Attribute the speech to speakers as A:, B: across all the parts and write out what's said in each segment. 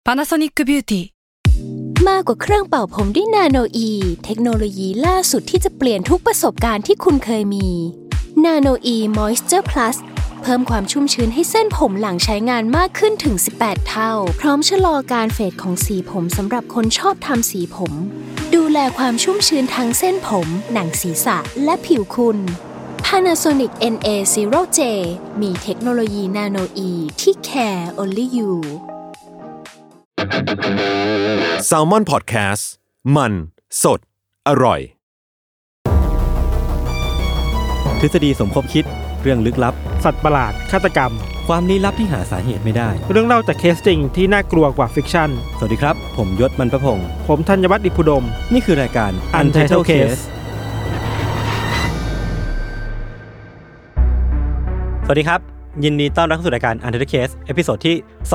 A: Panasonic Beauty
B: มากกว่าเครื่องเป่าผมด้วยนาโนอีเทคโนโลยีล่าสุดที่จะเปลี่ยนทุกประสบการณ์ที่คุณเคยมีนาโนอีมอยส์เจอร์พลัสเพิ่มความชุ่มชื้นให้เส้นผมหลังใช้งานมากขึ้นถึง18เท่าพร้อมชะลอการเฟดของสีผมสำหรับคนชอบทำสีผมดูแลความชุ่มชื้นทั้งเส้นผมหนังศีรษะและผิวคุณ Panasonic NA0J มีเทคโนโลยีนาโนอีที่ care only you
C: Salmon Podcast มันสดอร่อย
D: ทฤษฎีสมคบคิดเรื่องลึกลับ
E: สัตว์ประหลาดฆาตกรรม
D: ความลี้ลับที่หาสาเหตุไม่ได้
E: เรื่องเล่าจากเคสจริงที่น่ากลัวกว่าฟิกชั่น
D: สวัสดีครับผมยศมันประพงษ์
E: ผมธัญวัฒน์อิพุดม
D: นี่คือรายการ Untitled Case สวัสดีครับยินดีต้อนรับเข้าสู่รายการ Untitled Case เอพิโซดที่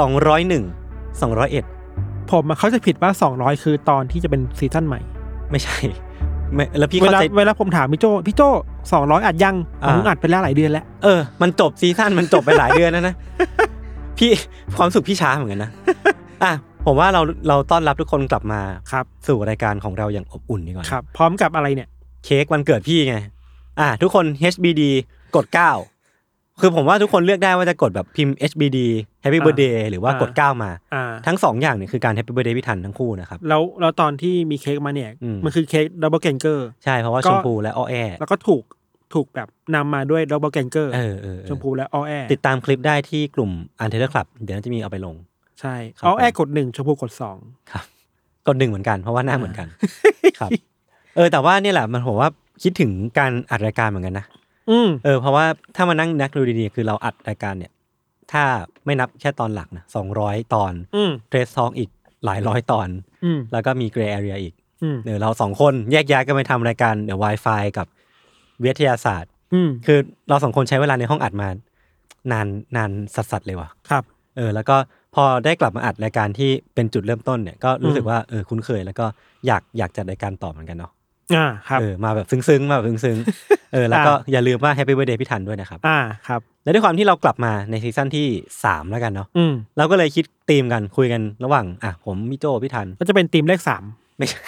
D: 201 201
E: ผมเขาจะผิดว่า200คือตอนที่จะเป็นซีซั่นใหม่
D: ไม่ใช่ไม่แล้วพี่เข้าใจ
E: เวลาผมถามพี่โจ้200อัดยังผมอัดไปแล้วหลายเดือนแล้ว
D: มันจบซีซั่นมันจบไปหลายเดือนแล้วนะ พี่ความสุขพี่ช้าเหมือนกันนะผมว่าเราต้อนรับทุกคนกลับมา
E: ครับ
D: สู่รายการของเราอย่างอบอุ่นดีกว่า
E: ครับพร้อมกับอะไรเนี่ย
D: เค้กวันเกิดพี่ไงทุกคน HBD กด9คือผมว่าทุกคนเลือกได้ว่าจะกดแบบพิมพ์ HBD Happy Birthday หรือว่ากด9มาทั้ง2อย่างเนี่ยคือการ Happy Birthday พี่ทันทั้งคู่นะครับ
E: แล้วตอนที่มีเค้กมาเนี่ยมันคือเค้ก Double Ganger
D: ใช่เพราะว่าชมพูและอ้อแอ
E: แล้วก็ถูกแบบนำมาด้วย Double Ganger ชมพูและอ้อแอ
D: ติดตามคลิปได้ที่กลุ่ม Untitled Club เดี๋ยวจะมีเอาไปลง
E: ใช่อ้อแอกด1ชมพูกด2
D: ครับกด1เหมือนกันเพราะว่าหน้าเหมือนกันครับแต่ว่านี่แหละมันผมว่าคิดถึงการอัดรายการเหมือนกันนะเพราะว่าถ้ามานั่งนักดูดีๆคือเราอัดรายการเนี่ยถ้าไม่นับแค่ตอนหลักนะ200ตอนเทรสทอล์กอีกหลายร้อยตอนแล้วก็มีเกรย์แอเรียอีกเรา2คนแยกย้ายกันไปทำรายการเดี๋ยว Wi-Fi กับวิทยาศาสตร์คือเรา2คนใช้เวลาในห้องอัดมานานสัสๆเลยว่ะ
E: ครับ
D: แล้วก็พอได้กลับมาอัดรายการที่เป็นจุดเริ่มต้นเนี่ยก็รู้สึกว่าคุ้นเคยแล้วก็อยากจัดรายการต่อเหมือนกันเนาะ
E: ครับ
D: มาแบบซึ้งๆมาแบบซึ้งๆแล้วก็อย่าลืมว่า Happy Birthday พี่ทันด้วยนะครับ
E: ครับ
D: และด้วยความที่เรากลับมาในซีซั่นที่3แล้วกันเนาะเราก็เลยคิดธีมกันคุยกันระหว่างผมพี่โจพี่ทัน
E: ก็จะเป็นธีมเลข3
D: ไม่ใช่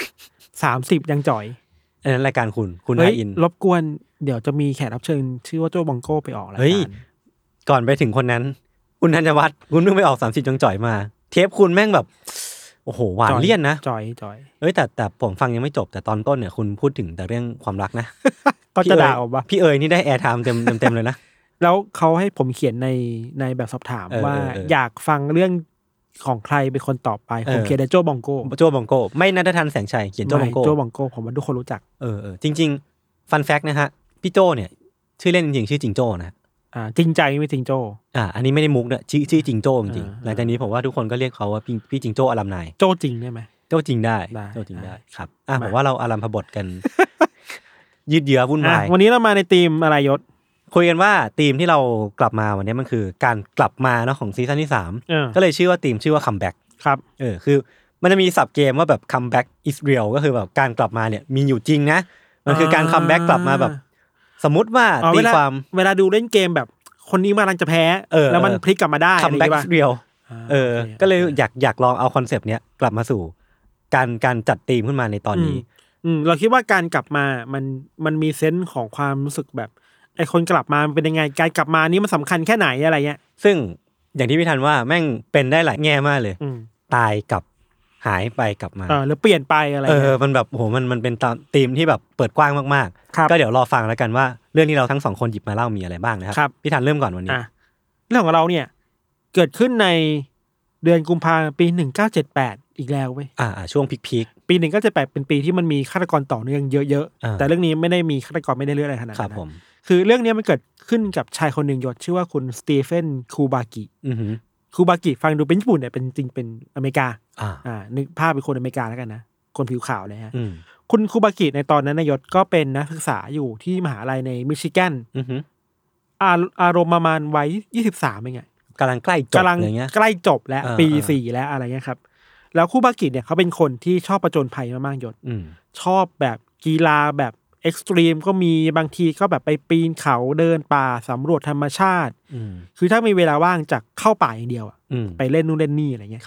E: 30ยังจ่อย
D: อันนั้นรายการคุณไฮอิน
E: รบกวนเดี๋ยวจะมีแขกรับเชิญชื่อว่าโจบังโก้ไปออกรายการ
D: ก่อนไปถึงคนนั้นคุณธัญวัฒน์คุณเพิ่งไปออก30ยังจ่อยมาเทปคุณแม่งแบบโอ้โหหวานเลี่ยนนะ
E: จ่อย
D: แต่ผมฟังยังไม่จบแต่ตอนต้นเนี่ยคุณพูดถึงแต่เรื่องความรักนะ
E: ก็จะด่าออกป่ะ
D: พี่นี่ได้แอร์ไทม์เต็มเลยนะ
E: แล้วเขาให้ผมเขียนในแบบสอบถามว่าอยากฟังเรื่องของใครเป็นคนต่อไปผมเขียนโจบองโก้
D: ไม่นัททันแสงชัยเขียนโจบ
E: องโก้ผมว่าทุกคนรู้จัก
D: จริงๆฟันแฟกต์นะฮะพี่โจเนี่ยชื่อเล่นจริงๆชื่อจิงโจ้นะ
E: จริงใจไม่จริงโจ้
D: อันนี้ไม่ได้มุกด้วยชื่อจิงโจ้จริงๆหลังจากนี้ผมว่าทุกคนก็เรียกเขาว่าพี่จิงโจ้อารัมนาย
E: โจ้จริงได้ไหม
D: โจ้จริงได้ครับผมว่าเราอารัมพบทกันยืดเยื้อวุ่นวาย
E: วันนี้เรามาในธีมอะไรยศ
D: คุยกันว่าธีมที่เรากลับมาวันนี้มันคือการกลับมาเนาะของซีซั่นที่3ก็เลยชื่อว่าธีมชื่อว่าคัมแบ็ก
E: ครับ
D: คือมันจะมีศัพท์เกมว่าแบบคัมแบ็กอิสเรียลก็คือแบบการกลับมาเนี่ยมีอยู่จริงนะมันคือการคัมแบ็กกลับมาแบบสมมุติว่าตีความ
E: เวลาดูเล่นเกมแบบคนนี้มาลังจะแพ้แล้วมันพลิกกลับมาได้
D: คัมแบ็กอิสเรียลก็เลยอยากลองเอาคอนเซปต์เนี้ยกลับมาสู่การจัดธีมขึ้นมาในตอนนี้
E: เราคิดว่าการกลับมามันมีเซนส์ของความรู้สึกแบบไอ้คนกลับมาเป็นยังไงการกลับมานี้มันสำคัญแค่ไหนอะไรเงี้ย
D: ซึ่งอย่างที่พี่ทันว่าแม่งเป็นได้หลายแง่มากเลยตายกับหายไปกลับมา
E: หรือเปลี่ยนไปอะไร
D: มันแบบโหมันเป็นธีมที่แบบเปิดกว้างมากๆก็เดี๋ยวรอฟังแล้วกันว่าเรื่องที่เราทั้ง2คนหยิบมาเล่ามีอะไรบ้างนะครับพี่ทันเริ่มก่อนวันนี้
E: เรื่องของเราเนี่ยเกิดขึ้นในเดือนกุมภาพันธ์ปี1978อีกแล้วเว้ย
D: ช่วงพีค
E: ปี1978เป็นปีที่มันมีฆาตกรต่อเนื่องเยอะๆแต่เรื่องนี้ไม่ได้มีฆาตกรไม่ได้เลือดอะไรขนาดนั้นครับผมคือเรื่องนี้มันเกิดขึ้นกับชายคนหนึ่งยศชื่อว่าคุณสตีเฟนคูบากิคูบากิฟังดูเป็นญี่ปุ่นเนี่ยเป็นจริงเป็นอเมริกานึกภาพเป็นคนอเมริกาแล้วกันนะคนผิวขาวเลยฮะคุณคูบากิในตอนนั้นนายศก็เป็นนักศึกษาอยู่ที่มหาลัยในมิชิแกนอารมณ์ประมาณวัย23เองไง
D: กำลังใกล้จบอะไรเงี้ย
E: ใกล้จบแล้วปี4แล้วอะไรเงี้ยครับแล้วคูบากิเนี่ยเขาเป็นคนที่ชอบประจนภัยมากๆยศชอบแบบกีฬาแบบเอ็กซ์ตรีมก็มีบางทีก็แบบไปปีนเขาเดินป่าสำรวจธรรมชาติคือถ้ามีเวลาว่างจากเข้าป่าอย่างเดียวไปเล่นนู่นเล่นนี่อะไรเงี้ย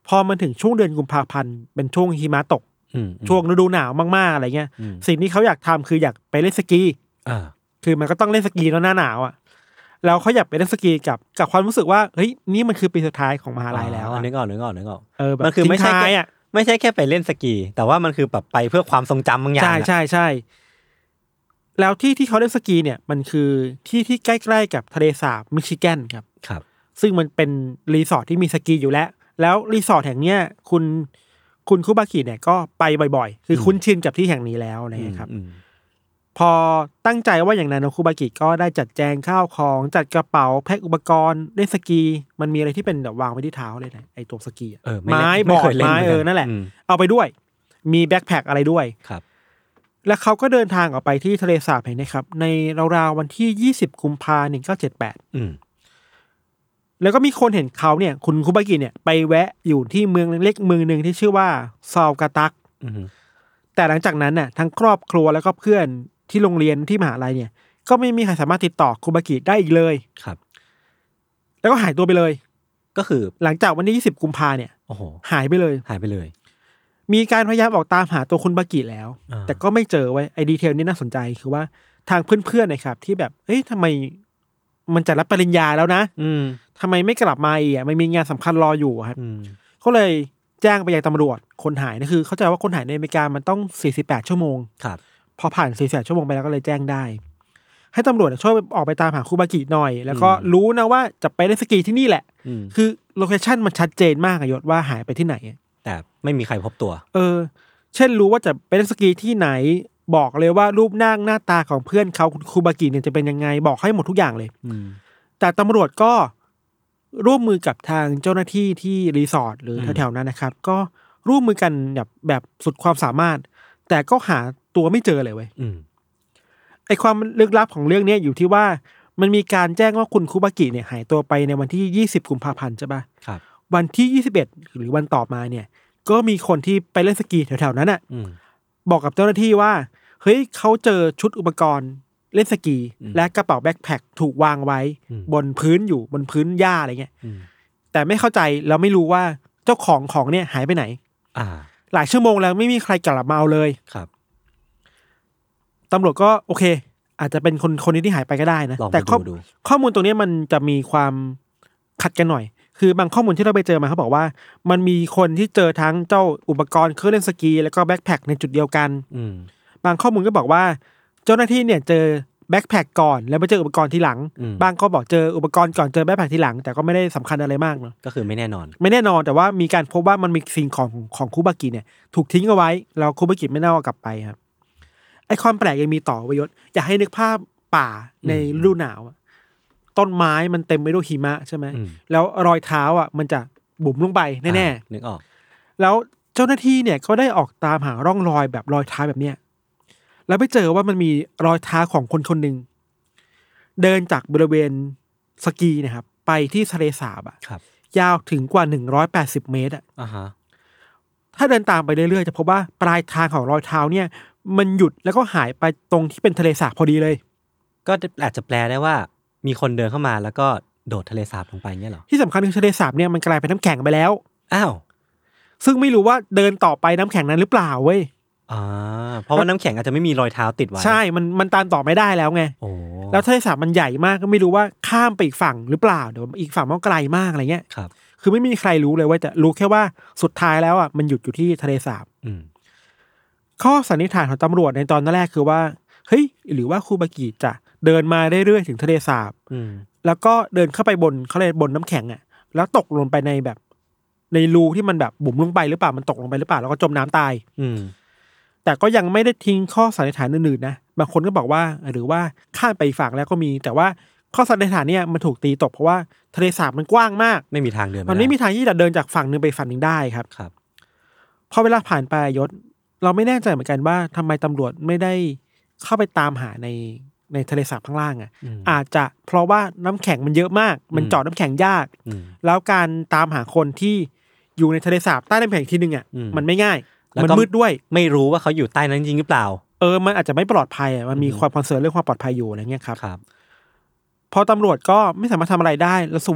E: พอมันถึงช่วงเดือนกุมภาพันธ์เป็นช่วงหิมะตกช่วงฤดูหนาวมากๆอะไรเงี้ยสิ่งที่เขาอยากทำคืออยากไปเล่นสกีคือมันก็ต้องเล่นสกีแล้วหน้าหนาวอ่ะแล้วเขาอยากไปเล่นสกีกับความรู้สึกว่าเฮ้ยนี่มันคือปีสุดท้ายของมหาลัยแล้ว
D: นึกออก
E: มัน
D: คือไม่ใช่แค่ไปเล่นสกีแต่ว่ามันคือแบบไปเพื่อความทรงจำบางอย่าง
E: ใช่แล้วที่เขาเล่นสกีเนี่ยมันคือที่ใกล้ๆกับทะเลสาบมิชิแกนครับซึ่งมันเป็นรีสอร์ทที่มีสกีอยู่แล้วรีสอร์ทแห่งเนี้ยคุณคุบากิเนี่ยก็ไปบ่อยๆคือคุ้นชินกับที่แห่งนี้แล้วนะครับพอตั้งใจว่าอย่างนั้นคุบากิก็ได้จัดแจงข้าวของจัดกระเป๋าแพ็คอุปกรณ์เล่นสกีมันมีอะไรที่เป็นแบบวางไว้ที่เท้าเลยนะไอ้ตัวสกีไม้บอร์ดไม้นั่นแหละเอาไปด้วยมีแบ็คแพ็คอะไรด้วย
D: ครับ
E: แล้วเขาก็เดินทางออกไปที่ทะเลสาบแห่งนี้ครับในราวๆวันที่20กุมภาพันธ์1978แล้วก็มีคนเห็นเขาเนี่ยคุณคุบากิเนี่ยไปแวะอยู่ที่เมืองเล็กเมืองนึงที่ชื่อว่าซาวกาตักแต่หลังจากนั้นน่ะทั้งครอบครัวแล้วก็เพื่อนที่โรงเรียนที่มหาลัยเนี่ยก็ไม่มีใครสามารถติดต่อคุบากิได้อีกเลย
D: ครับ
E: แล้วก็หายตัวไปเลย
D: ก็คือ
E: หลังจากวันที่20กุมภาพันธ์เนี่ยหายไปเลยมีการพยายามออกตามหาตัวคุณบากิแล้วแต่ก็ไม่เจอไว้ไอ้ดีเทลนี้น่าสนใจคือว่าทางเพื่อนๆนะครับที่แบบเอ้ยทำไมมันจะรับปริญญาแล้วนะทำไมไม่กลับมาอีกมันมีงานสำคัญรออยู่ครับเขาเลยแจ้งไปยังตำรวจคนหายนี่คือเข้าใจว่าคนหายในอเมริกามันต้อง48ชั่วโมง
D: ครับ
E: พอผ่าน48ชั่วโมงไปแล้วก็เลยแจ้งได้ให้ตำรวจช่วยออกไปตามหาคุบากิหน่อยแล้วก็รู้นะว่าจะไปเล่นสกีที่นี่แหละคือโลเคชั่นมันชัดเจนมากยศว่าหายไปที่ไหน
D: แต่ไม่มีใครพบตัว
E: เช่นรู้ว่าจะไปเล่นสกีที่ไหนบอกเลยว่ารูปหน้าตาของเพื่อนเขาคุบากิเนี่ยจะเป็นยังไงบอกให้หมดทุกอย่างเลยแต่ตำรวจก็ร่วมมือกับทางเจ้าหน้าที่ที่รีสอร์ทหรือแถวๆนั้นนะครับก็ร่วมมือกันแบบสุดความสามารถแต่ก็หาตัวไม่เจอเลยเว้ยไอความลึกลับของเรื่องนี้อยู่ที่ว่ามันมีการแจ้งว่าคุณคุบากิเนี่ยหายตัวไปในวันที่20กุมภาพันธ์ใช่ป่ะ
D: ครับ
E: วันที่21หรือวันต่อมาเนี่ยก็มีคนที่ไปเล่นสกีแถวๆนั้นอ่ะบอกกับเจ้าหน้าที่ว่าเฮ้ยเขาเจอชุดอุปกรณ์เล่นสกีและกระเป๋าแบ็คแพ็คถูกวางไว้บนพื้นหญ้าอะไรเงี้ยแต่ไม่เข้าใจแล้วไม่รู้ว่าเจ้าของเนี่ยหายไปไหนหลายชั่วโมงแล้วไม่มีใครกลับมาเอาเลย
D: ครับ
E: ตำรวจก็โอเคอาจจะเป็นคนนี้ที่หายไปก็ได้นะแต่ข้อมูลตรงนี้มันจะมีความขัดกันหน่อยคือบางข้อมูลที่เราไปเจอมาเขาบอกว่ามันมีคนที่เจอทั้งเจ้าอุปกรณ์เครื่องเล่นสกีแล้วก็แบ็คแพ็คในจุดเดียวกันบางข้อมูลก็บอกว่าเจ้าหน้าที่เนี่ยเจอแบ็คแพ็คก่อนแล้วไปเจออุปกรณ์ทีหลังบางก็บอกเจออุปกรณ์ก่อนเจอแบ็คแพ็คทีหลังแต่ก็ไม่ได้สำคัญอะไรมากเนาะ
D: ก็คือไม่แน่น
E: อนแต่ว่ามีการพบว่ามันมีสิ่งของคุบากิเนี่ยถูกทิ้งเอาไว้แล้วคุบากิไม่น่าเอากลับไปครับไอความแปลกยังมีต่อประโยชน์อยากให้นึกภาพป่าในฤดูหนาวต้นไม้มันเต็มไปด้วยหิมะใช่ไหมแล้วรอยเท้ามันจะบุ๋มลงไปแน่
D: ๆนึกออก
E: แล้วเจ้าหน้าที่เนี่ยก็ได้ออกตามหาร่องรอยแบบรอยเท้าแบบเนี้ยแล้วไปเจอว่ามันมีรอยเท้าของคนหนึ่งเดินจากบริเวณสกีนะครับไปที่ทะเลสาบยาวถึงกว่า180เมตรถ้าเดินตามไปเรื่อยๆจะพบว่าปลายทางของรอยเท้าเนี่ยมันหยุดแล้วก็หายไปตรงที่เป็นทะเลสาบพอดีเลย
D: ก็อาจจะแปลได้ว่ามีคนเดินเข้ามาแล้วก็โดดทะเลสาบลงไปเงี้ยหรอ
E: ที่สำคัญคือทะเลสาบเนี่ยมันกลายเป็นน้ำแข็งไปแล้ว
D: อ้าว
E: ซึ่งไม่รู้ว่าเดินต่อไปน้ำแข็งนั้นหรือเปล่าเว้ย
D: เพราะว่าน้ำแข็งอาจจะไม่มีรอยเท้าติดไว้
E: ใช่มันตามต่อไม่ได้แล้วไงแล้วทะเลสาบมันใหญ่มากก็ไม่รู้ว่าข้ามไปอีกฝั่งหรือเปล่าเดี๋ยวอีกฝั่งมันไกลมากอะไรเงี้ย
D: ครับ
E: คือไม่มีใครรู้เลยว่าจะรู้แค่ว่าสุดท้ายแล้วมันหยุดอยู่ที่ทะเลสาบข้อสันนิษฐานของตำรวจในตอนแรกคือว่าเฮ้ยหรือว่าคุบากิจะเดินมาเรื่อยๆถึงทะเลสาบแล้วก็เดินเข้าไปบนเขาเลยบนน้ำแข็งแล้วตกลงไปในแบบในรูที่มันแบบบุ๋มลงไปหรือเปล่ามันตกลงไปหรือเปล่าแล้วก็จมน้ำตายแต่ก็ยังไม่ได้ทิ้งข้อสันนิษฐานอื่นๆนะบางคนก็บอกว่าหรือว่าข้ามไปฝั่งแล้วก็มีแต่ว่าข้อสันนิษฐานเนี่ยมันถูกตีตกเพราะว่าทะเลสาบมันกว้างมาก
D: ไม่มีทางเดิน
E: มันไม่มีทางที่จะเดินจากฝั่งนึงไปฝั่งนึงได้ครับพอเวลาผ่านไปยศเราไม่แน่ใจเหมือนกันว่าทำไมตำรวจไม่ได้เข้าไปตามหาในทะเลสาบข้างล่างอาจจะเพราะว่าน้ำแข็งมันเยอะมากมันเจาะน้ำแข็งยากแล้วการตามหาคนที่อยู่ในทะเลสาบใต้น้ำแข็งทีนึงมันไม่ง่ายมันมืดด้วย
D: ไม่รู้ว่าเขาอยู่ใต้นั้นจริงหรือเปล่า
E: มันอาจจะไม่ปลอดภัยมันมีความคอนเซิร์นเรื่องความปลอดภัยอยู่อะไรเงี้ยครับพอตำรวจก็ไม่สามารถทำอะไรได้รู้สึกว่า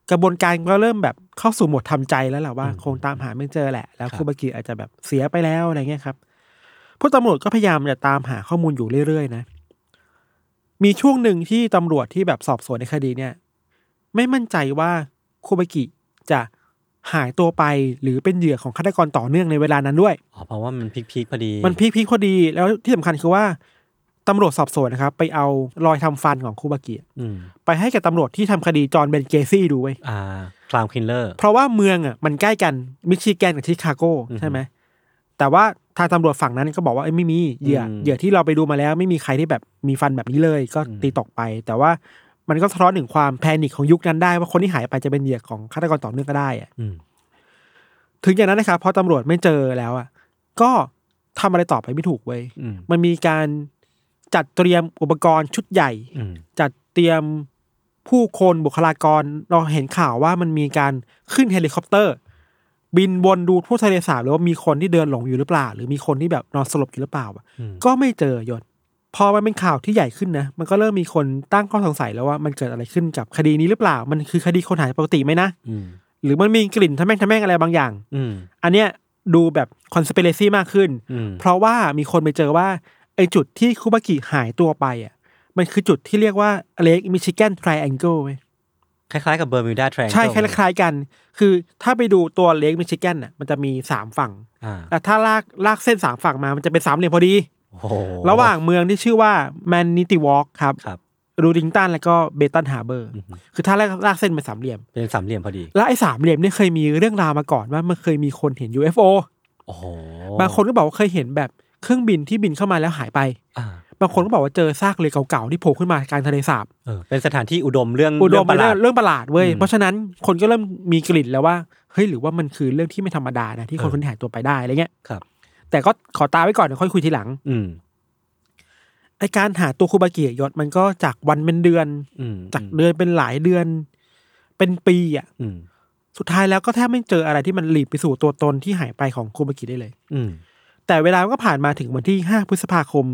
E: กระบวนการก็เริ่มแบบเข้าสู่โหมดทำใจแล้วแหละว่าคงตามหาไม่เจอแหละแล้วคูบากิอาจจะแบบเสียไปแล้วอะไรเงี้ยครับพวกตำรวจก็พยายามจะตามหาข้อมูลอยู่เรื่อยๆนะมีช่วงหนึ่งที่ตำรวจที่แบบสอบสวนในคดีเนี่ยไม่มั่นใจว่าคูบากิจะหายตัวไปหรือเป็นเหยื่อของฆาตกรต่อเนื่องในเวลานั้นด้วย
D: เพราะว่ามันพีคพอดี
E: มันพีคพอดีแล้วที่สำคัญคือว่าตำรวจสอบสวนนะครับไปเอารอยทำฟันของคูบากิไปให้กับตำรวจที่ทำคดีจอห์นเบนเกซี่ดูไว้
D: คลาวคิลเลอร์
E: เพราะว่าเมืองมันใกล้กันมิชิแกนกับชิคาโกใช่ไหมแต่ว่าทางตำรวจฝั่งนั้นก็บอกว่าไม่มีเหยื่อที่เราไปดูมาแล้วไม่มีใครที่แบบมีฟันแบบนี้เลยก็ตีตกไปแต่ว่ามันก็สะท้อนถึงความแพนิคของยุคนั้นได้ว่าคนที่หายไปจะเป็นเหยื่อของฆาตกรต่อเนื่องก็ได้ถึงอย่างนั้นนะครับพอตำรวจไม่เจอแล้วก็ทำอะไรต่อไปไม่ถูกเว้ยมันมีการจัดเตรียมอุปกรณ์ชุดใหญ่จัดเตรียมผู้คนบุคลากรเราเห็นข่าวว่ามันมีการขึ้นเฮลิคอปเตอร์บินวนดูทั่วทะเลสาบหรือว่ามีคนที่เดินหลงอยู่หรือเปล่าหรือมีคนที่แบบนอนสลบอยู่หรือเปล่าก็ไม่เจอยศพอมันเป็นข่าวที่ใหญ่ขึ้นนะมันก็เริ่มมีคนตั้งข้อสงสัยแล้วว่ามันเกิดอะไรขึ้นกับคดีนี้หรือเปล่ามันคือคดีคนหายปกติไหมนะหรือมันมีกลิ่นทะแม่งอะไรบางอย่างอันเนี้ยดูแบบคอนสปิเรซี่มากขึ้นเพราะว่ามีคนไปเจอว่าไอจุดที่คูบากิหายตัวไปมันคือจุดที่เรียกว่าเลคมิชิแกนไทรแองเกิลเว้ย
D: คล้ายๆกับเบอร์มิวดาไทรแองเกิล
E: ใช่คล้ายๆกันคือถ้าไปดูตัวเลคมิชิแกนมันจะมี3ฝั่งแต่ถ้าลากเส้น3ฝั่งมามันจะเป็น3เหลี่ยมพอดีระหว่างเมืองที่ชื่อว่าแมนนิติวอล์กครับรูดิงตันแล้วก็เบตันฮาร์เบอร์คือถ้าลากเส้นเป็น3เหลี่ยม
D: เป็น3เหลี่ยมพอดี
E: แล้วไอ้3เหลี่ยมนี่เคยมีเรื่องราวมาก่อนว่ามันเคยมีคนเห็น UFO บางคนก็บอกว่าเคยเห็นแบบเครื่องบินที่บินเข้ามาแล้วหายไปบางคนก็บอกว่าเจอซากเรือเก่าๆที่โผล่ขึ้นมากลางทะเลสาบ
D: เป็นสถานที่อุดมเรื่อง
E: ประหลาดเว้ยเพราะฉะนั้นคนก็เริ่มมีกลิ่นแล้วว่าเฮ้ยหรือว่ามันคือเรื่องที่ไม่ธรรมดานะที่คนหายตัวไปได้อะไรเงี้ย
D: ครับ
E: แต่ก็ขอตาไว้ก่อนเดี๋ยวค่อยคุยทีหลังไอการหาตัวคูบากิยศมันก็จากวันเป็นเดือนจากเดือนเป็นหลายเดือนเป็นปีสุดท้ายแล้วก็แทบไม่เจออะไรที่มันหลีดไปสู่ตัวตนที่หายไปของคูบากิได้เลยแต่เวลาก็ผ่านมาถึงวันที่5 พฤษภาคม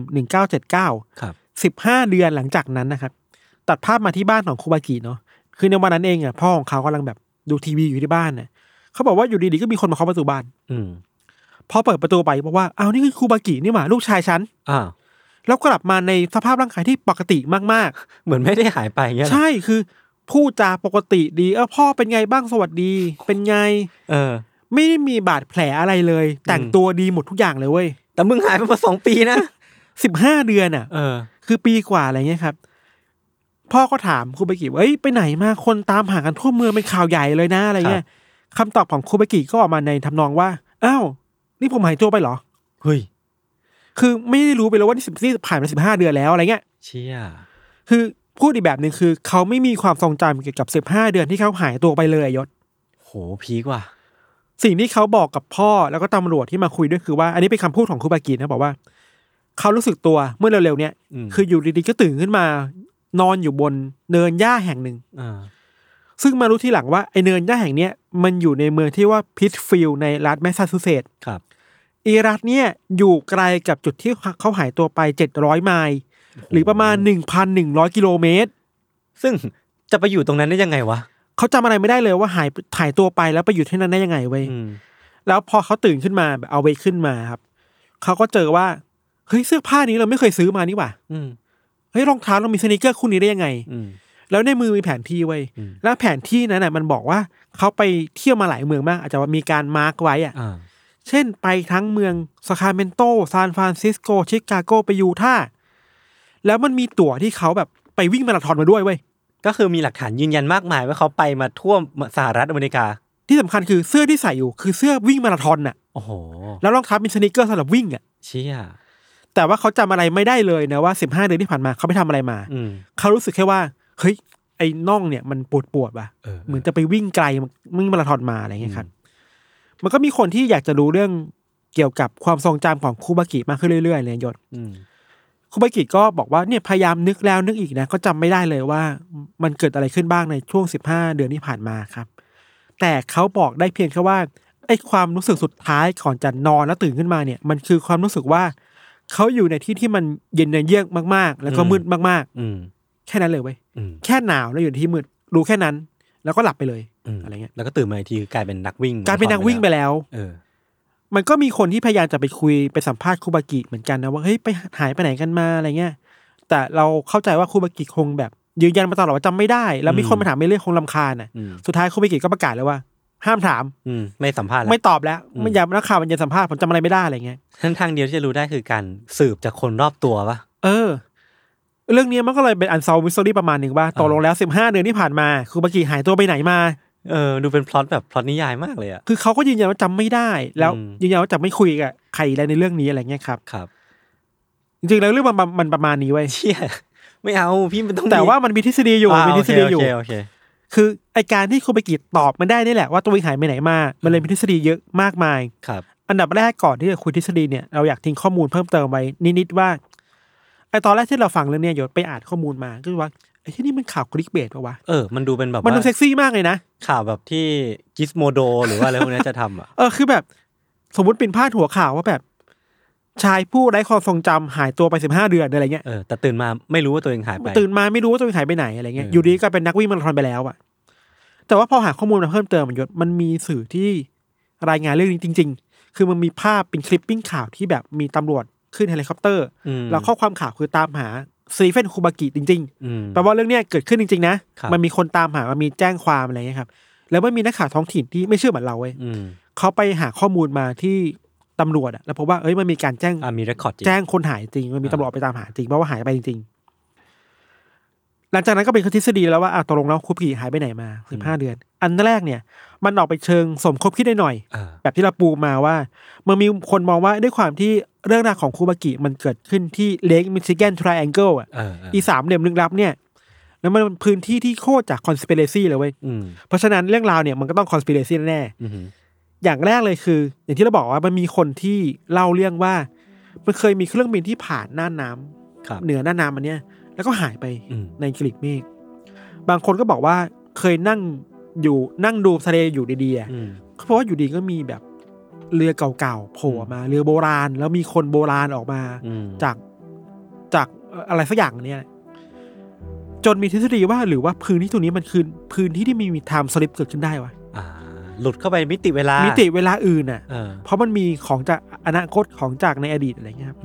E: 1979ครับ15 เดือนหลังจากนั้นนะครับตัดภาพมาที่บ้านของคูบากิเนาะคือในวันนั้นเองพ่อของเขากำลังแบบดูทีวีอยู่ที่บ้านน่ะเขาบอกว่าอยู่ดีๆก็มีคนมาเคาะประตูบ้านพอเปิดประตูไปบอกว่าอ้าวนี่คือคูบากินี่หว่าลูกชายฉันแล้วกลับมาในสภาพร่างกายที่ปกติมาก
D: ๆเหมือนไม่ได้หายไปเงี้ย
E: ใช่คือพูดจาปกติดีพ่อเป็นไงบ้างสวัสดีเป็นไงไม่ได้มีบาดแผลอะไรเลยแต่งตัวดีหมดทุกอย่างเลยเว้ย
D: แต่มึงหายไปมา2 ปีนะ
E: 15 เดือนคือปีกว่าอะไรเงี้ยครับพ่อก็ถามคูบากิว่าไปไหนมาคนตามหากันทั่วเมืองเป็นข่าวใหญ่เลยนะอะไรเงี้ยคำตอบของคูบากิก็ออกมาในทำนองว่าอ้าวนี่ผมหายตัวไปเหรอ
D: เฮ้ย
E: คือไม่ได้รู้ไปแล้วว่านี่ผ่านมา15 เดือนแล้วอะไรเงี้ย
D: เชี่ย
E: คือพูดอีกแบบนึงคือเขาไม่มีความทรงจำเกี่ยวกับ15 เดือนที่เขาหายตัวไปเลยยศ
D: โหพีกว่า
E: สิ่งที่เขาบอกกับพ่อแล้วก็ตำรวจที่มาคุยด้วยคือว่าอันนี้เป็นคำพูดของคูบากินะบอกว่าเขารู้สึกตัวเมื่อเร็วๆเนี้ยคืออยู่ดีๆก็ตื่นขึ้นมานอนอยู่บนเนินหญ้าแห่งหนึ่งซึ่งมารู้ทีหลังว่าไอเนินหญ้าแห่งเนี้ยมันอยู่ในเมืองที่ว่าพิตฟิลด์ในรัฐแมสซาชูเซตส์
D: ครับ
E: รัฐเนี่ยอยู่ไกลกับจุดที่เขาหายตัวไป700 ไมล์หรือประมาณ 1,100 กิโลเมตร
D: ซึ่งจะไปอยู่ตรงนั้นได้ยังไงวะ
E: เขาจำอะไรไม่ได้เลยว่าหายตัวไปแล้วไปอยู่ที่นั่นได้ยังไงเว้ยแล้วพอเขาตื่นขึ้นมาแบบเอาเวกขึ้นมาครับเขาก็เจอว่าเฮ้ยเสื้อผ้านี้เราไม่เคยซื้อมานี่หว่าเฮ้ยรองเท้าเรามีสนีกเกอร์คู่นี้ได้ยังไงแล้วในมือมีแผนที่ไว้แล้วแผนที่นั้นน่ะมันบอกว่าเขาไปเที่ยวมาหลายเมืองมากอาจจะว่ามีการมาร์กไว้เช่นไปทั้งเมืองซาคราเมนโตซานฟรานซิสโกชิคาโกไปยูทาห์แล้วมันมีตั๋วที่เขาแบบไปวิ่งมาราธอนมาด้วยเว้ย
D: ก็คือมีหลักฐานยืนยันมากมายว่าเขาไปมาทั่วสหรัฐอเมริกา
E: ที่สำคัญคือเสื้อที่ใส่อยู่คือเสื้อวิ่งมาราธอนน่ะ
D: โอ้โห
E: แล้วรองเท้าเป็นสนีกเกอร์สำหรับวิ่ง
D: เชี่ย
E: แต่ว่าเขาจำอะไรไม่ได้เลยนะว่า15 เดือนที่ผ่านมาเขาไปทำอะไรมาเขารู้สึกแค่ว่าเฮ้ยไอ้น่องเนี่ยมันปวดว่ะเหมือนจะไปวิ่งไกลวิ่งมาราธอนมาอะไรเงี้ยครับมันก็มีคนที่อยากจะรู้เรื่องเกี่ยวกับความทรงจำของคูบากิมากขึ้นเรื่อยๆเลยยศคูบากิก็บอกว่าเนี่ยพยายามนึกแล้วนึกอีกนะก็จำไม่ได้เลยว่ามันเกิดอะไรขึ้นบ้างในช่วง15 เดือนที่ผ่านมาครับแต่เขาบอกได้เพียงแค่ว่าไอ้ความรู้สึกสุดท้ายก่อนจะนอนแล้วตื่นขึ้นมาเนี่ยมันคือความรู้สึกว่าเขาอยู่ในที่ที่มันเย็นเยือกมากๆแล้วก็มืดมากๆแค่นั้นเลยเว้ยแค่หนาวแล้วอยู่ที่มืดรู้แค่นั้นแล้วก็หลับไปเลยอะไรเงี้ย
D: แล้วก็ตื่นมาอีกทีกลายเป็นนักวิ่ง
E: ไปแล้วมันก็มีคนที่พยายามจะไปคุยไปสัมภาษณ์คูบากิเหมือนกันนะว่าเฮ้ยไปหายไปไหนกันมาอะไรเงี้ยแต่เราเข้าใจว่าคูบากิคงแบบยืนยันมาตลอดว่าจำไม่ได้แล้วมีคนมาถามไม่เรื่องคงรำคาญน่ะสุดท้ายคูบากิก็ประกาศเลยว่าห้ามถาม
D: ไม่สัมภาษณ์
E: ไม่ตอบแล้วไม่อยากนักข่าวมันจะสัมภาษณ์ผมจำอะไรไม่ได้อะไรเงี้ย
D: ทางเดียวที่จะรู้ได้คือการสืบจากคนรอบตัวป่ะ
E: เรื่องนี้มันก็เลยเป็นอันซอลว์มิสซิลี่ประมาณนึงว่าตกลงแล้ว15เดือนที่ผ่านมาคูบากิหายตัวไปไหนมา
D: ดูเป็นพล็อตแบบพล็อตนิยายมากเลยอ่ะ
E: คือเขาก็ยืนยันว่าจำไม่ได้แล้วยืนยันว่าจะไม่คุยกับใครอะไรในเรื่องนี้อะไรเงี้ยครับจริงๆแล้วเรื่องมันประมาณนี้ไว้
D: เชี่ยไม่เอาพี่มันต้อง
E: แต่ว่ามันมีทฤษฎีอยู่มีทฤษฎีอยู่คือไอการที่คูบากิตอบมันได้นี่แหละว่าตัวเองหายไปไหนมามันเลยมีทฤษฎีเยอะมากมายอันดับแรกก่อนที่จะคุยทฤษฎีเนี่ยเราอยากทิ้งข้อมูลเพิ่มเติมไว้นิดๆว่าไอตอนแรกที่เราฟังเรื่องนี้ยศไปอ่านข้อมูลมาก็ว่าไอ้ที่นี่มันข่าวคลิกเบสป่ะวะ
D: มันดูเป็นแบบ
E: มันดูเซ็กซี่มากเลยนะ
D: ข่าวแบบที่กิสโมโดหรือว่าอะไรพวกนี้จะทำอ่ะ
E: คือแบบสมมติเป็นพาดหัวข่าวว่าแบบชายผู้ไร้ความทรงจำหายตัวไป15เดือนอะไรเงี้ย
D: แต่ตื่นมาไม่รู้ว่าตัวเองหายไป
E: ตื่นมาไม่รู้ว่าตัวเองหายไปไหนอะไรเงี้ยอยู่ดีก็เป็นนักวิ่งมาราธอนไปแล้วอ่ะแต่ว่าพอหาข้อมูลมาเพิ่มเติมมันมีสื่อที่รายงานเรื่องนี้จริงๆคือมันมีภาพเป็นคลิปปิ้งข่าวที่แบบมีตำรวจขึ้นเฮลิคอปเตอร์แล้วข้อความข่าวคือตามหาสตีเฟนคูบากิจริงๆแปลว่าเรื่องนี้เกิดขึ้นจริงๆนะมันมีคนตามหามันมีแจ้งความอะไรเงี้ยครับแล้วมันมีนักข่าวท้องถิ่นที่ไม่เชื่อเหมือนเราเว้ยเขาไปหาข้อมูลมาที่ตำรวจอะแล้วพบว่ามันมีการแจ้ง
D: มีเรคคอร์ด
E: แจ้งคนหายจริงมันมีตำรวจไปตามหาจริงเพราะว่าหายไปจริงๆหลังจากนั้นก็เป็นทฤษฎีแล้วว่าตกลงแล้วคูบากิหายไปไหนมา15เดือนอันแรกเนี่ยมันออกไปเชิงสมคบคิดได้หน่อยแบบที่เราปูมาว่ามันมีคนมองว่าด้วยความที่เรื่องราวของคูบากิมันเกิดขึ้นที่เลคมิชิแกนไทรแองเกิลอีสามเหลี่ยมลึกลับเนี่ยแล้วมันเป็นพื้นที่ที่โคตรจากคอนสปิเรซี่เลยเว้ยเพราะฉะนั้นเรื่องราวเนี่ยมันก็ต้องคอนสปิเรซี่แน่อย่างแรกเลยคืออย่างที่เราบอกว่ามันมีคนที่เล่าเรื่องว่ามันเคยมีเครื่องบินที่ผ่านน่านน้ำเหนือน่านน้ำอันเนี้ยแล้วก็หายไปในกลีบเมฆบางคนก็บอกว่าเคยนั่งดูทะเลอยู่ดีๆเพราะว่าอยู่ดีก็มีแบบเรือเก่าๆโผล่มาเรือโบราณแล้วมีคนโบราณออกมาจากอะไรสักอย่างเนี่ยจนมีทฤษฎีว่าหรือว่าพื้นที่ตรงนี้มันคือพื้นที่ที่มีไทม์สลิปเกิดขึ้นได้วะ
D: หลุดเข้าไปมิติเวลา
E: อื่นน่ะเพราะมันมีของจากอนาคตของจากในอดีตอะไรเงี้ยครับ